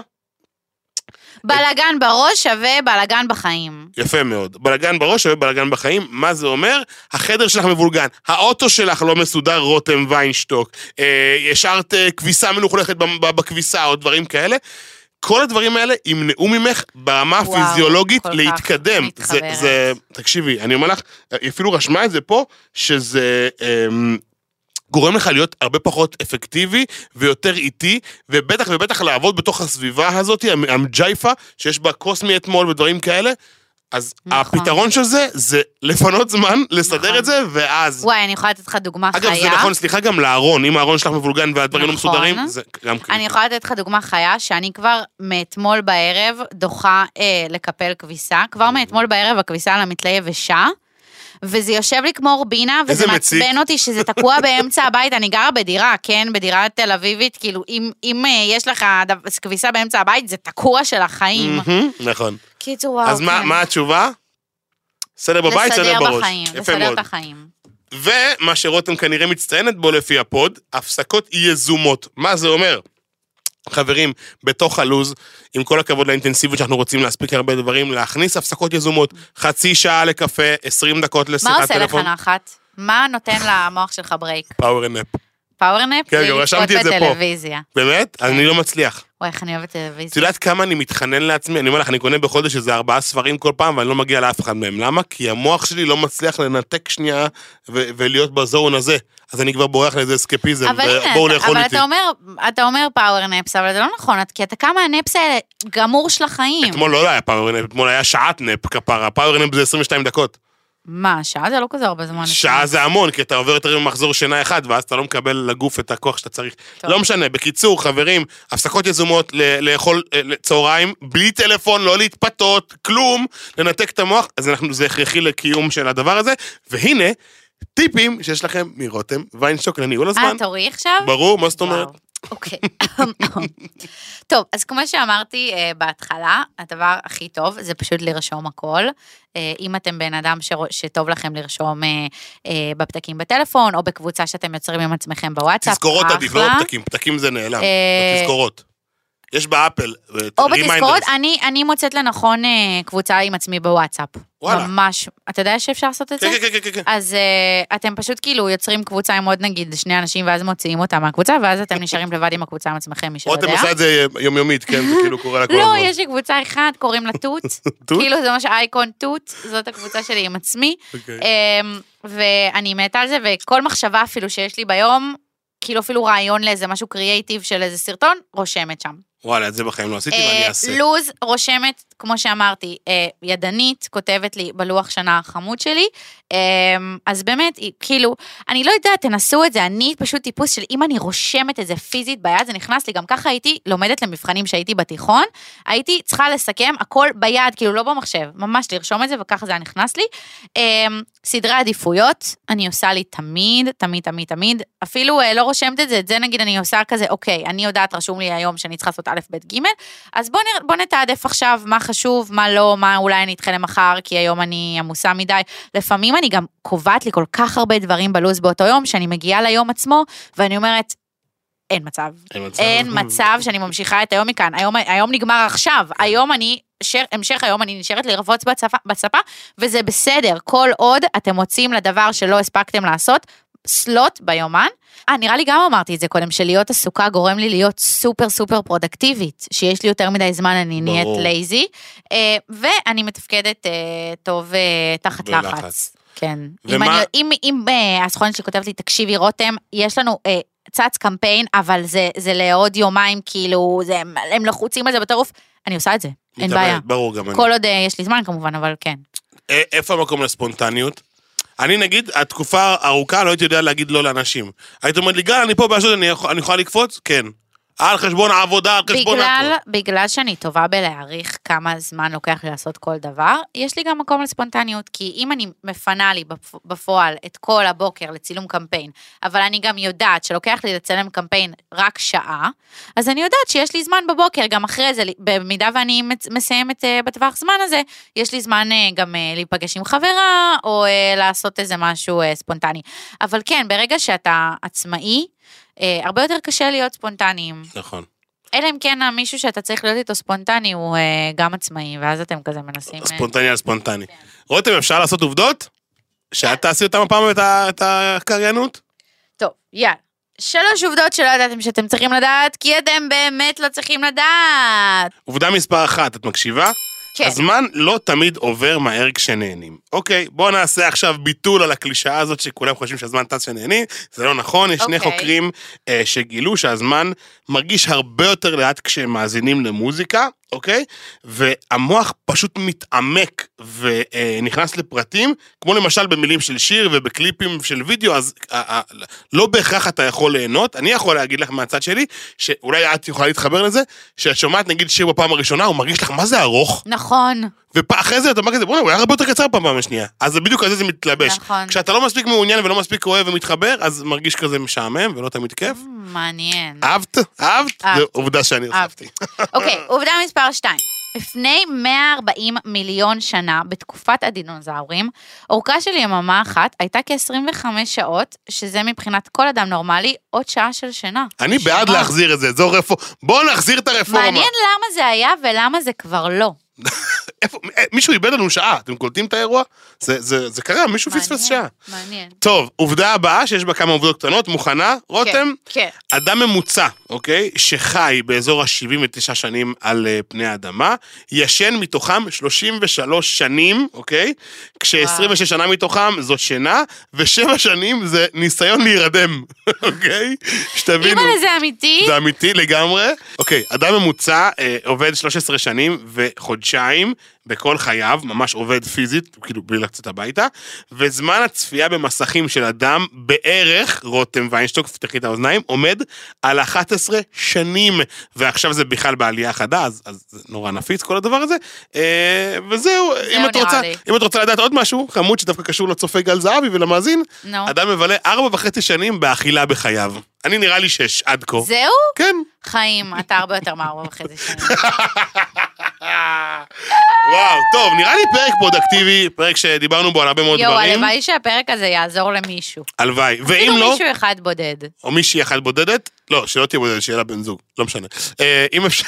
בלגן בראש שווה בלגן בחיים. יפה מאוד. בלגן בראש שווה בלגן בחיים. מה זה אומר? החדר שלך מבולגן. האוטו שלך לא מסודר, רותם ויינשטוק. אה, ישרת אה, כביסה מלוכלכת בכביסה או דברים כאלה. כל הדברים האלה ימנעו ממך ברמה הפיזיולוגית להתקדם. זה, זה, תקשיבי, אני אומר לך, אפילו רשמה את זה פה, שזה... אה, גורם לך להיות הרבה פחות אפקטיבי ויותר איטי, ובטח ובטח לעבוד בתוך הסביבה הזאת, המג'ייפה, שיש בה קוסמי אתמול ודברים כאלה, אז נכון. הפתרון של זה, זה לפנות זמן, לסדר נכון. את זה, ואז... וואי, אני יכולה לתת לך דוגמה אגב, חיה. זה נכון, סליחה גם לארון, אם הארון שלך מבולגן והדברים לא נכון. מסודרים, זה גם קריטי. אני יכולה לתת לך דוגמה חיה, שאני כבר מאתמול בערב דוחה אה, לקפל כביסה, כבר מאתמול בערב הכביסה על המתלה יבשה, וזה יושב לי כמו אורבינה, וזה מעצבן אותי שזה תקוע באמצע הבית, אני גרה בדירה, כן, בדירה תל אביבית, כאילו, אם, אם יש לך כביסה באמצע הבית, זה תקוע של החיים. נכון. קיצור, וואו, אז מה, מה התשובה? סדר בבית, סדר בראש. לסדר בחיים, לסדר את החיים. ומה שרותם כנראה מצטיינת בו לפי הפוד, הפסקות יזומות. מה זה אומר? חברים, בתוך הלוז, עם כל הכבוד לאינטנסיביות שאנחנו רוצים להספיק הרבה דברים, להכניס הפסקות יזומות, חצי שעה לקפה, עשרים דקות לשיחת טלפון. מה עושה לך נחת? מה נותן למוח שלך ברייק? פאוור נפ. פאוור נפ? כן, גם רשמתי את זה פה. בטלוויזיה. באמת? אני לא מצליח. וואי, איך אני אוהבת טלוויזיה. את יודעת כמה אני מתחנן לעצמי? אני אומר לך, אני קונה בחודש איזה ארבעה ספרים כל פעם, ואני לא מגיע לאף אחד מהם. למה? כי המוח שלי לא מצליח לנתק שנייה ו- ולהיות בזון הזה. אז אני כבר בורח לאיזה אסקפיזם, ובואו לאכול איתי. אבל אתה אומר, אתה אומר פאוור נפס, אבל זה לא נכון, כי אתה כמה הנפס האלה גמור של החיים. אתמול לא היה פאוור נפ, אתמול היה שעת נפ כפרה, פאוור נפ זה עשרים ושתיים דקות. מה, שעה זה לא כזה הרבה זמן. שעה זה המון, כי אתה עובר יותר ממחזור שינה אחד, ואז אתה לא מקבל לגוף את הכוח שאתה צריך. לא משנה, בקיצור, חברים, הפסקות יזומות לאכול צהריים, בלי טלפון, לא להתפתות, כלום, לנתק את המוח, אז זה הכרחי לקיום של הדבר הזה, והנה, טיפים שיש לכם מרותם ויינשטוק לניהול הזמן. אה, תורי עכשיו? ברור, מה זאת אומרת? אוקיי. טוב, אז כמו שאמרתי בהתחלה, הדבר הכי טוב זה פשוט לרשום הכל. אם אתם בן אדם שטוב לכם לרשום בפתקים בטלפון, או בקבוצה שאתם יוצרים עם עצמכם בוואטסאפ. תזכורות עדיף, לא פתקים, פתקים זה נעלם, תזכורות. יש באפל, או בתזכורות, אני, אני מוצאת לנכון קבוצה עם עצמי בוואטסאפ. וואלה. ממש, אתה יודע שאפשר לעשות את זה? כן, כן, כן, כן. אז uh, אתם פשוט כאילו יוצרים קבוצה עם עוד נגיד שני אנשים, ואז מוציאים אותם מהקבוצה, ואז אתם נשארים לבד עם הקבוצה עם עצמכם, מי שלא יודע. או אתם עושה את זה יומיומית, כן? זה כאילו קורה לכל לא, הזמן. יש לי קבוצה אחת, קוראים לה תות. תות? כאילו זה ממש אייקון תות, זאת הקבוצה שלי עם עצמי. אוקיי. ואני מתה על זה, וכל מחשבה אפילו שיש לי ביום, כאילו אפילו רעיון לאיזה משהו קריאייטיב של איזה סרטון, רושמת שם. וואלה, את זה בחיים לא עשיתי ואני אעשה. לוז רושמת, כמו שאמרתי, ידנית, כותבת לי בלוח שנה החמוד שלי, אז באמת, כאילו, אני לא יודעת, תנסו את זה, אני פשוט טיפוס של אם אני רושמת את זה פיזית ביד, זה נכנס לי, גם ככה הייתי לומדת למבחנים שהייתי בתיכון, הייתי צריכה לסכם הכל ביד, כאילו לא במחשב, ממש לרשום את זה, וככה זה היה נכנס לי. סדרי עדיפויות, אני עושה לי תמיד, תמיד, תמיד, תמיד, אפילו לא רושמת את זה, את זה נגיד אני עושה כזה, אוקיי, אני יודעת, רשום לי היום שאני צריכה לעשות א' ב' ג', אז בוא, נ, בוא נתעדף עכשיו מה חשוב, מה לא, מה אולי אני אתחיל למחר, כי היום אני עמוסה מדי. לפעמים אני גם קובעת לי כל כך הרבה דברים בלוז באותו יום, שאני מגיעה ליום עצמו, ואני אומרת, אין מצב. אין מצב. אין מצב שאני ממשיכה את היום מכאן. היום, היום נגמר עכשיו. היום אני, שר, המשך היום אני נשארת לרבוץ בצפה, בצפה, וזה בסדר. כל עוד אתם מוצאים לדבר שלא הספקתם לעשות, סלוט ביומן. אה, נראה לי גם אמרתי את זה קודם, שלהיות עסוקה גורם לי להיות סופר סופר פרודקטיבית, שיש לי יותר מדי זמן, אני נהיית לייזי, ואני מתפקדת טוב תחת לחץ. כן. אם, אני, אם, אם הסוכנת שלי כותבת לי, תקשיבי רותם, יש לנו צץ קמפיין, אבל זה, זה לעוד יומיים, כאילו, זה, הם לחוצים על זה בטירוף, אני עושה את זה, אין בעיה. ברור, גם אני. כל עוד יש לי זמן כמובן, אבל כן. איפה המקום לספונטניות? אני נגיד, התקופה ארוכה לא הייתי יודע להגיד לא לאנשים. היית אומרת לי, גל, אני פה באשדוד, אני יכולה לקפוץ? כן. על חשבון העבודה, על חשבון בגלל, בגלל שאני טובה בלהעריך כמה זמן לוקח לי לעשות כל דבר, יש לי גם מקום לספונטניות, כי אם אני מפנה לי בפועל את כל הבוקר לצילום קמפיין, אבל אני גם יודעת שלוקח לי לצלם קמפיין רק שעה, אז אני יודעת שיש לי זמן בבוקר, גם אחרי זה, במידה ואני מסיימת בטווח זמן הזה, יש לי זמן גם להיפגש עם חברה, או לעשות איזה משהו ספונטני. אבל כן, ברגע שאתה עצמאי, Uh, הרבה יותר קשה להיות ספונטניים. נכון. אלא אם כן מישהו שאתה צריך להיות איתו ספונטני, הוא uh, גם עצמאי, ואז אתם כזה מנסים... ספונטני על ספונטני. כן. רותם, אפשר לעשות עובדות? שאת תעשי אותם הפעם את, את הקריינות? טוב, יאללה. שלוש עובדות שלא ידעתם שאתם צריכים לדעת, כי אתם באמת לא צריכים לדעת. עובדה מספר אחת, את מקשיבה? כן. הזמן לא תמיד עובר מהר כשנהנים. אוקיי, בואו נעשה עכשיו ביטול על הקלישאה הזאת שכולם חושבים שהזמן טס כשנהנים, זה לא נכון, יש שני אוקיי. חוקרים אה, שגילו שהזמן מרגיש הרבה יותר לאט כשהם מאזינים למוזיקה, אוקיי? והמוח פשוט מתעמק ונכנס לפרטים, כמו למשל במילים של שיר ובקליפים של וידאו, אז לא בהכרח אתה יכול ליהנות. אני יכול להגיד לך מהצד שלי, שאולי את יכולה להתחבר לזה, שאת שומעת נגיד שיר בפעם הראשונה, הוא מרגיש לך מה זה ארוך. נכון. ואחרי זה אתה אומר כזה, בוא'נה, הוא היה הרבה יותר קצר פעם השנייה. אז בדיוק על זה זה מתלבש. נכון. כשאתה לא מספיק מעוניין ולא מספיק אוהב ומתחבר, אז מרגיש כזה משעמם ולא תמיד כיף. מעניין. אהבת? אהבת? זו עובדה שאני הוספתי. אוקיי, עובדה מספר שתיים. לפני מאה וארבעים מיליון שנה, בתקופת הדינוזאורים, אורכה של יממה אחת הייתה כ-עשרים וחמש שעות, שזה מבחינת כל אדם נורמלי, עוד שעה של שינה. אני בעד להחזיר את זה, זו רפורמה. בואו נחזיר את הרפורמה. מעניין למה זה היה ולמה זה כבר לא. מישהו איבד לנו שעה, אתם קולטים את האירוע? זה, זה, זה קרה, מישהו פספס שעה. מעניין. טוב, עובדה הבאה, שיש בה כמה עובדות קטנות, מוכנה, רותם? כן. אדם ממוצע, אוקיי, שחי באזור ה-שבעים ותשע שנים על פני האדמה, ישן מתוכם שלושים ושלוש שנים, אוקיי? כש-עשרים ושש שנה מתוכם זאת שינה, ושבע שנים זה ניסיון להירדם, אוקיי? שתבינו. אימא לזה אמיתי? זה אמיתי לגמרי. אוקיי, אדם ממוצע אה, עובד שלוש עשרה שנים וחודשיים בכל חייו, ממש עובד פיזית, כאילו בלי לצאת הביתה, וזמן הצפייה במסכים של אדם בערך, רותם ויינשטוק, פתחי את האוזניים, עומד על אחת עשרה שנים, ועכשיו זה בכלל בעלייה חדה, אז, אז זה נורא נפיץ כל הדבר הזה, אה, וזהו, אם את, רוצה, אם את רוצה לדעת עוד משהו, חמוד שדווקא קשור לצופה גל זהבי ולמאזין, no. אדם מבלה ארבע וחצי שנים באכילה בחייו. אני נראה לי שש עד כה. זהו? כן. חיים, אתה הרבה יותר מארבע וחצי שנים. וואו, טוב, נראה לי פרק פרודקטיבי, פרק שדיברנו בו על הרבה מאוד יו, דברים. יו, הלוואי שהפרק הזה יעזור למישהו. הלוואי, ואם אפילו לא... מישהו אחד בודד. או מישהי אחת בודדת, לא, שלא תהיה בודדת, שיהיה לה בן זוג, לא משנה. אם אפשר...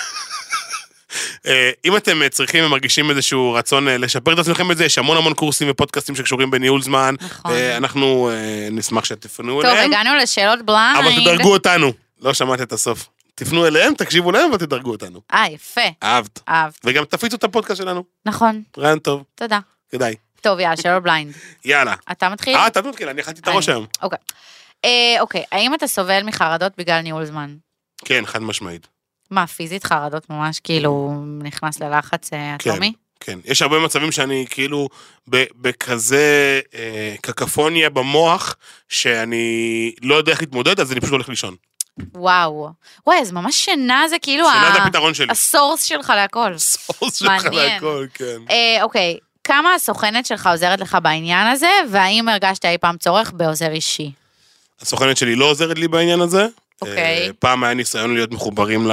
אם אתם צריכים ומרגישים איזשהו רצון לשפר את עצמכם בזה, יש המון המון קורסים ופודקאסטים שקשורים בניהול זמן, אנחנו נשמח שתפנו אליהם. טוב, הגענו לשאלות בליינד. אבל תדרגו אותנו, לא שמעת את הסוף. תפנו אליהם, תקשיבו להם ותדרגו אותנו. אה, יפה. אהבת. אהבת. וגם תפיצו את הפודקאסט שלנו. נכון. רעיון טוב. תודה. כדאי. טוב, יאללה, שאלות בליינד. יאללה. אתה מתחיל? אה, אתה מתחיל, אני אכלתי את הראש היום. אוקיי. אוקיי, האם אתה סובל מחרדות בגלל ניהול זמן? כן, חד משמעית. מה, פיזית חרדות ממש כאילו נכנס ללחץ אטומי? כן, יש הרבה מצבים שאני כאילו בכזה קקפוניה במוח, שאני לא יודע איך להתמודד, אז אני פשוט הולך לישון. וואו. וואי, אז ממש שינה זה כאילו... שינה זה הפתרון שלי. הסורס שלך להכל. הסורס שלך להכל, כן. אוקיי, כמה הסוכנת שלך עוזרת לך בעניין הזה, והאם הרגשת אי פעם צורך בעוזר אישי? הסוכנת שלי לא עוזרת לי בעניין הזה. אוקיי. פעם היה ניסיון להיות מחוברים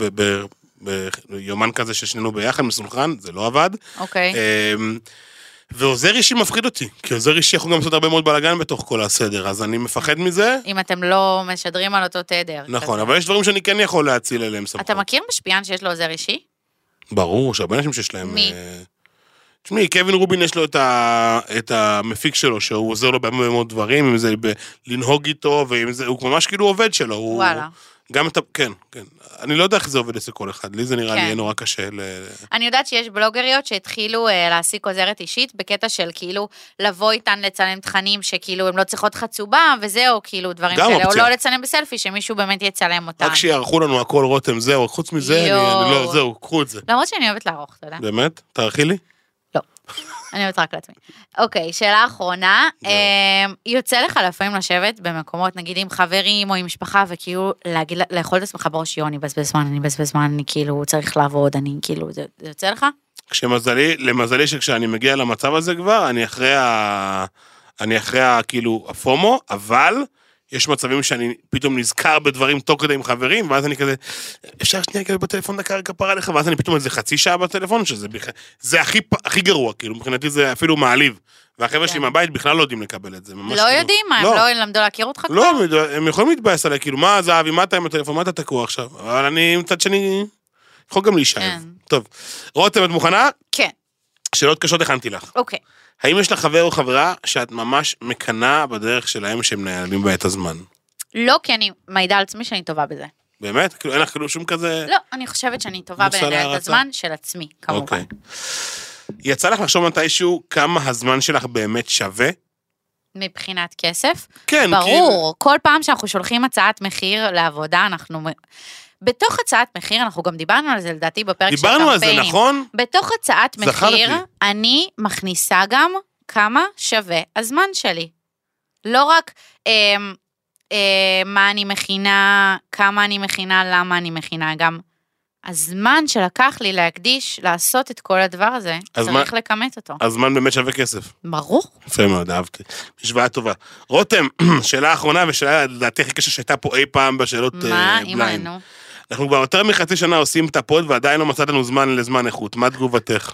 ביומן כזה ששנינו ביחד, מסולחן, זה לא עבד. אוקיי. ועוזר אישי מפחיד אותי, כי עוזר אישי יכול גם לעשות הרבה מאוד בלגן בתוך כל הסדר, אז אני מפחד מזה. אם אתם לא משדרים על אותו תדר. נכון, אבל יש דברים שאני כן יכול להציל אליהם סמכות. אתה מכיר משפיען שיש לו עוזר אישי? ברור, שהרבה אנשים שיש להם... מי? תשמעי, קווין רובין יש לו את המפיק שלו, שהוא עוזר לו בהרבה מאוד דברים, אם זה לנהוג איתו, הוא ממש כאילו עובד שלו. וואלה. גם את ה... כן, כן. אני לא יודע איך זה עובד אצל כל אחד, לי זה נראה לי יהיה נורא קשה ל... אני יודעת שיש בלוגריות שהתחילו להעסיק עוזרת אישית, בקטע של כאילו לבוא איתן לצלם תכנים שכאילו הן לא צריכות חצובה, וזהו, כאילו דברים כאלה, או לא לצלם בסלפי, שמישהו באמת יצלם אותן. רק שיערכו לנו הכל רותם, זהו, חוץ מזה, אני לא, זהו, קחו את זה. למרות שאני אוהבת לערוך, אתה יודע. באמת? תערכי לי? לא. אני אוהבת רק לעצמי. אוקיי, שאלה אחרונה, יוצא לך לפעמים לשבת במקומות, נגיד עם חברים או עם משפחה, וכאילו להגיד, לאכול את עצמך בראש, יו, אני בזבז זמן, אני בזבז זמן, אני כאילו צריך לעבוד, אני כאילו, זה יוצא לך? כשמזלי, למזלי שכשאני מגיע למצב הזה כבר, אני אחרי ה... אני אחרי ה... כאילו, הפומו, אבל... יש מצבים שאני פתאום נזכר בדברים תוך כדי עם חברים, ואז אני כזה, אפשר שנייה כזה בטלפון דקה כפרה עליך, ואז אני פתאום איזה חצי שעה בטלפון, שזה בכלל, זה הכי, הכי גרוע, כאילו, מבחינתי זה אפילו מעליב. והחבר'ה שלי מהבית בכלל לא יודעים לקבל את זה. לא יודעים מה, הם לא למדו להכיר אותך כבר? לא, הם יכולים להתבאס עליי, כאילו, מה זהבי, מה אתה עם הטלפון, מה אתה תקוע עכשיו? אבל אני מצד שני, יכול גם להישאב. טוב, רותם, את מוכנה? כן. שאלות קשות הכנתי לך. אוקיי. האם יש לך חבר או חברה שאת ממש מקנה בדרך שלהם שהם נעלמים בעת הזמן? לא, כי אני מעידה על עצמי שאני טובה בזה. באמת? כאילו אין לך כאילו שום כזה... לא, אני חושבת שאני טובה בלנהל את הזמן של עצמי, כמובן. אוקיי. יצא לך לחשוב מתישהו כמה הזמן שלך באמת שווה? מבחינת כסף? כן. ברור, כל פעם שאנחנו שולחים הצעת מחיר לעבודה, אנחנו בתוך הצעת מחיר, אנחנו גם דיברנו על זה לדעתי בפרק של דיברנו על זה, קמפיינים. נכון? בתוך הצעת זכרתי. מחיר, אני מכניסה גם כמה שווה הזמן שלי. לא רק אה, אה, מה אני מכינה, כמה אני מכינה, למה אני מכינה, גם הזמן שלקח לי להקדיש, לעשות את כל הדבר הזה, צריך מה... לכמת אותו. הזמן באמת שווה כסף. ברור. יפה מאוד, אהבתי. משוואה טובה. רותם, שאלה האחרונה, ושאלה לדעתי הכי קשה שהייתה פה אי פעם בשאלות מה, uh, אימא, נו. אנחנו כבר יותר מחצי שנה עושים את הפוד, ועדיין לא מצאת לנו זמן לזמן איכות. מה תגובתך?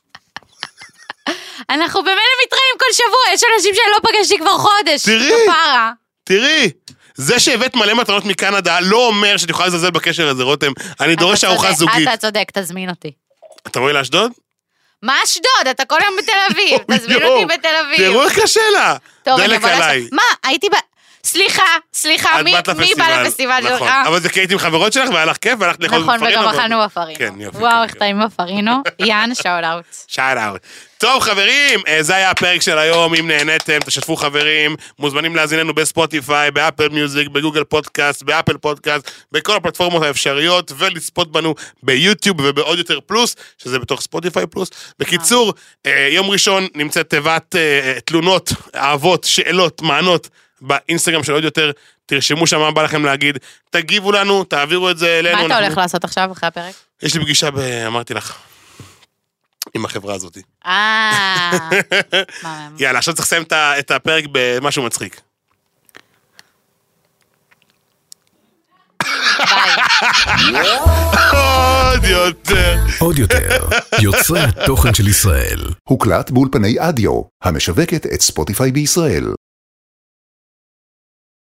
אנחנו במילא מתראים כל שבוע, יש אנשים שאני לא פגשתי כבר חודש. תראי. כפרה. תראי. זה שהבאת מלא מתנות מקנדה, לא אומר שאת יכולה לזלזל בקשר הזה, רותם. אני דורש ארוחה זוגית. אתה צודק, תזמין אותי. אתה רואה לאשדוד? מה אשדוד? אתה כל יום בתל אביב. תזמין אותי בתל אביב. תראו איך קשה לה. דלק עליי. מה, הייתי ב... סליחה, סליחה, מי בא לפסטיבל שלך? נכון, אבל זה כי הייתי עם חברות שלך, והיה לך כיף, והלכת לאכול בפרינו. נכון, וגם אכלנו בפרינו. כן, יופי. וואו, איך טעים בפרינו. יאן, שאול אאוט. שאול אאוט. טוב, חברים, זה היה הפרק של היום. אם נהניתם, תשתפו חברים. מוזמנים להזין לנו בספוטיפיי, באפל מיוזיק, בגוגל פודקאסט, באפל פודקאסט, בכל הפלטפורמות האפשריות, ולצפות בנו ביוטיוב ובעוד יותר פלוס, שזה בתוך ספוטיפיי פלוס. בקיצור, יום ראשון נמצאת תיבת תלונות, אהבות, שאלות, מענות, באינסטגרם של עוד יותר, תרשמו שם מה בא לכם להגיד, תגיבו לנו, תעבירו את זה אלינו. מה אתה הולך לעשות עכשיו אחרי הפרק? יש לי פגישה, אמרתי לך, עם החברה הזאת. אה, יאללה, עכשיו צריך לסיים את הפרק במשהו מצחיק. ביי. עוד יותר. עוד יותר. יוצרי התוכן של ישראל. הוקלט באולפני אדיו, המשווקת את ספוטיפיי בישראל.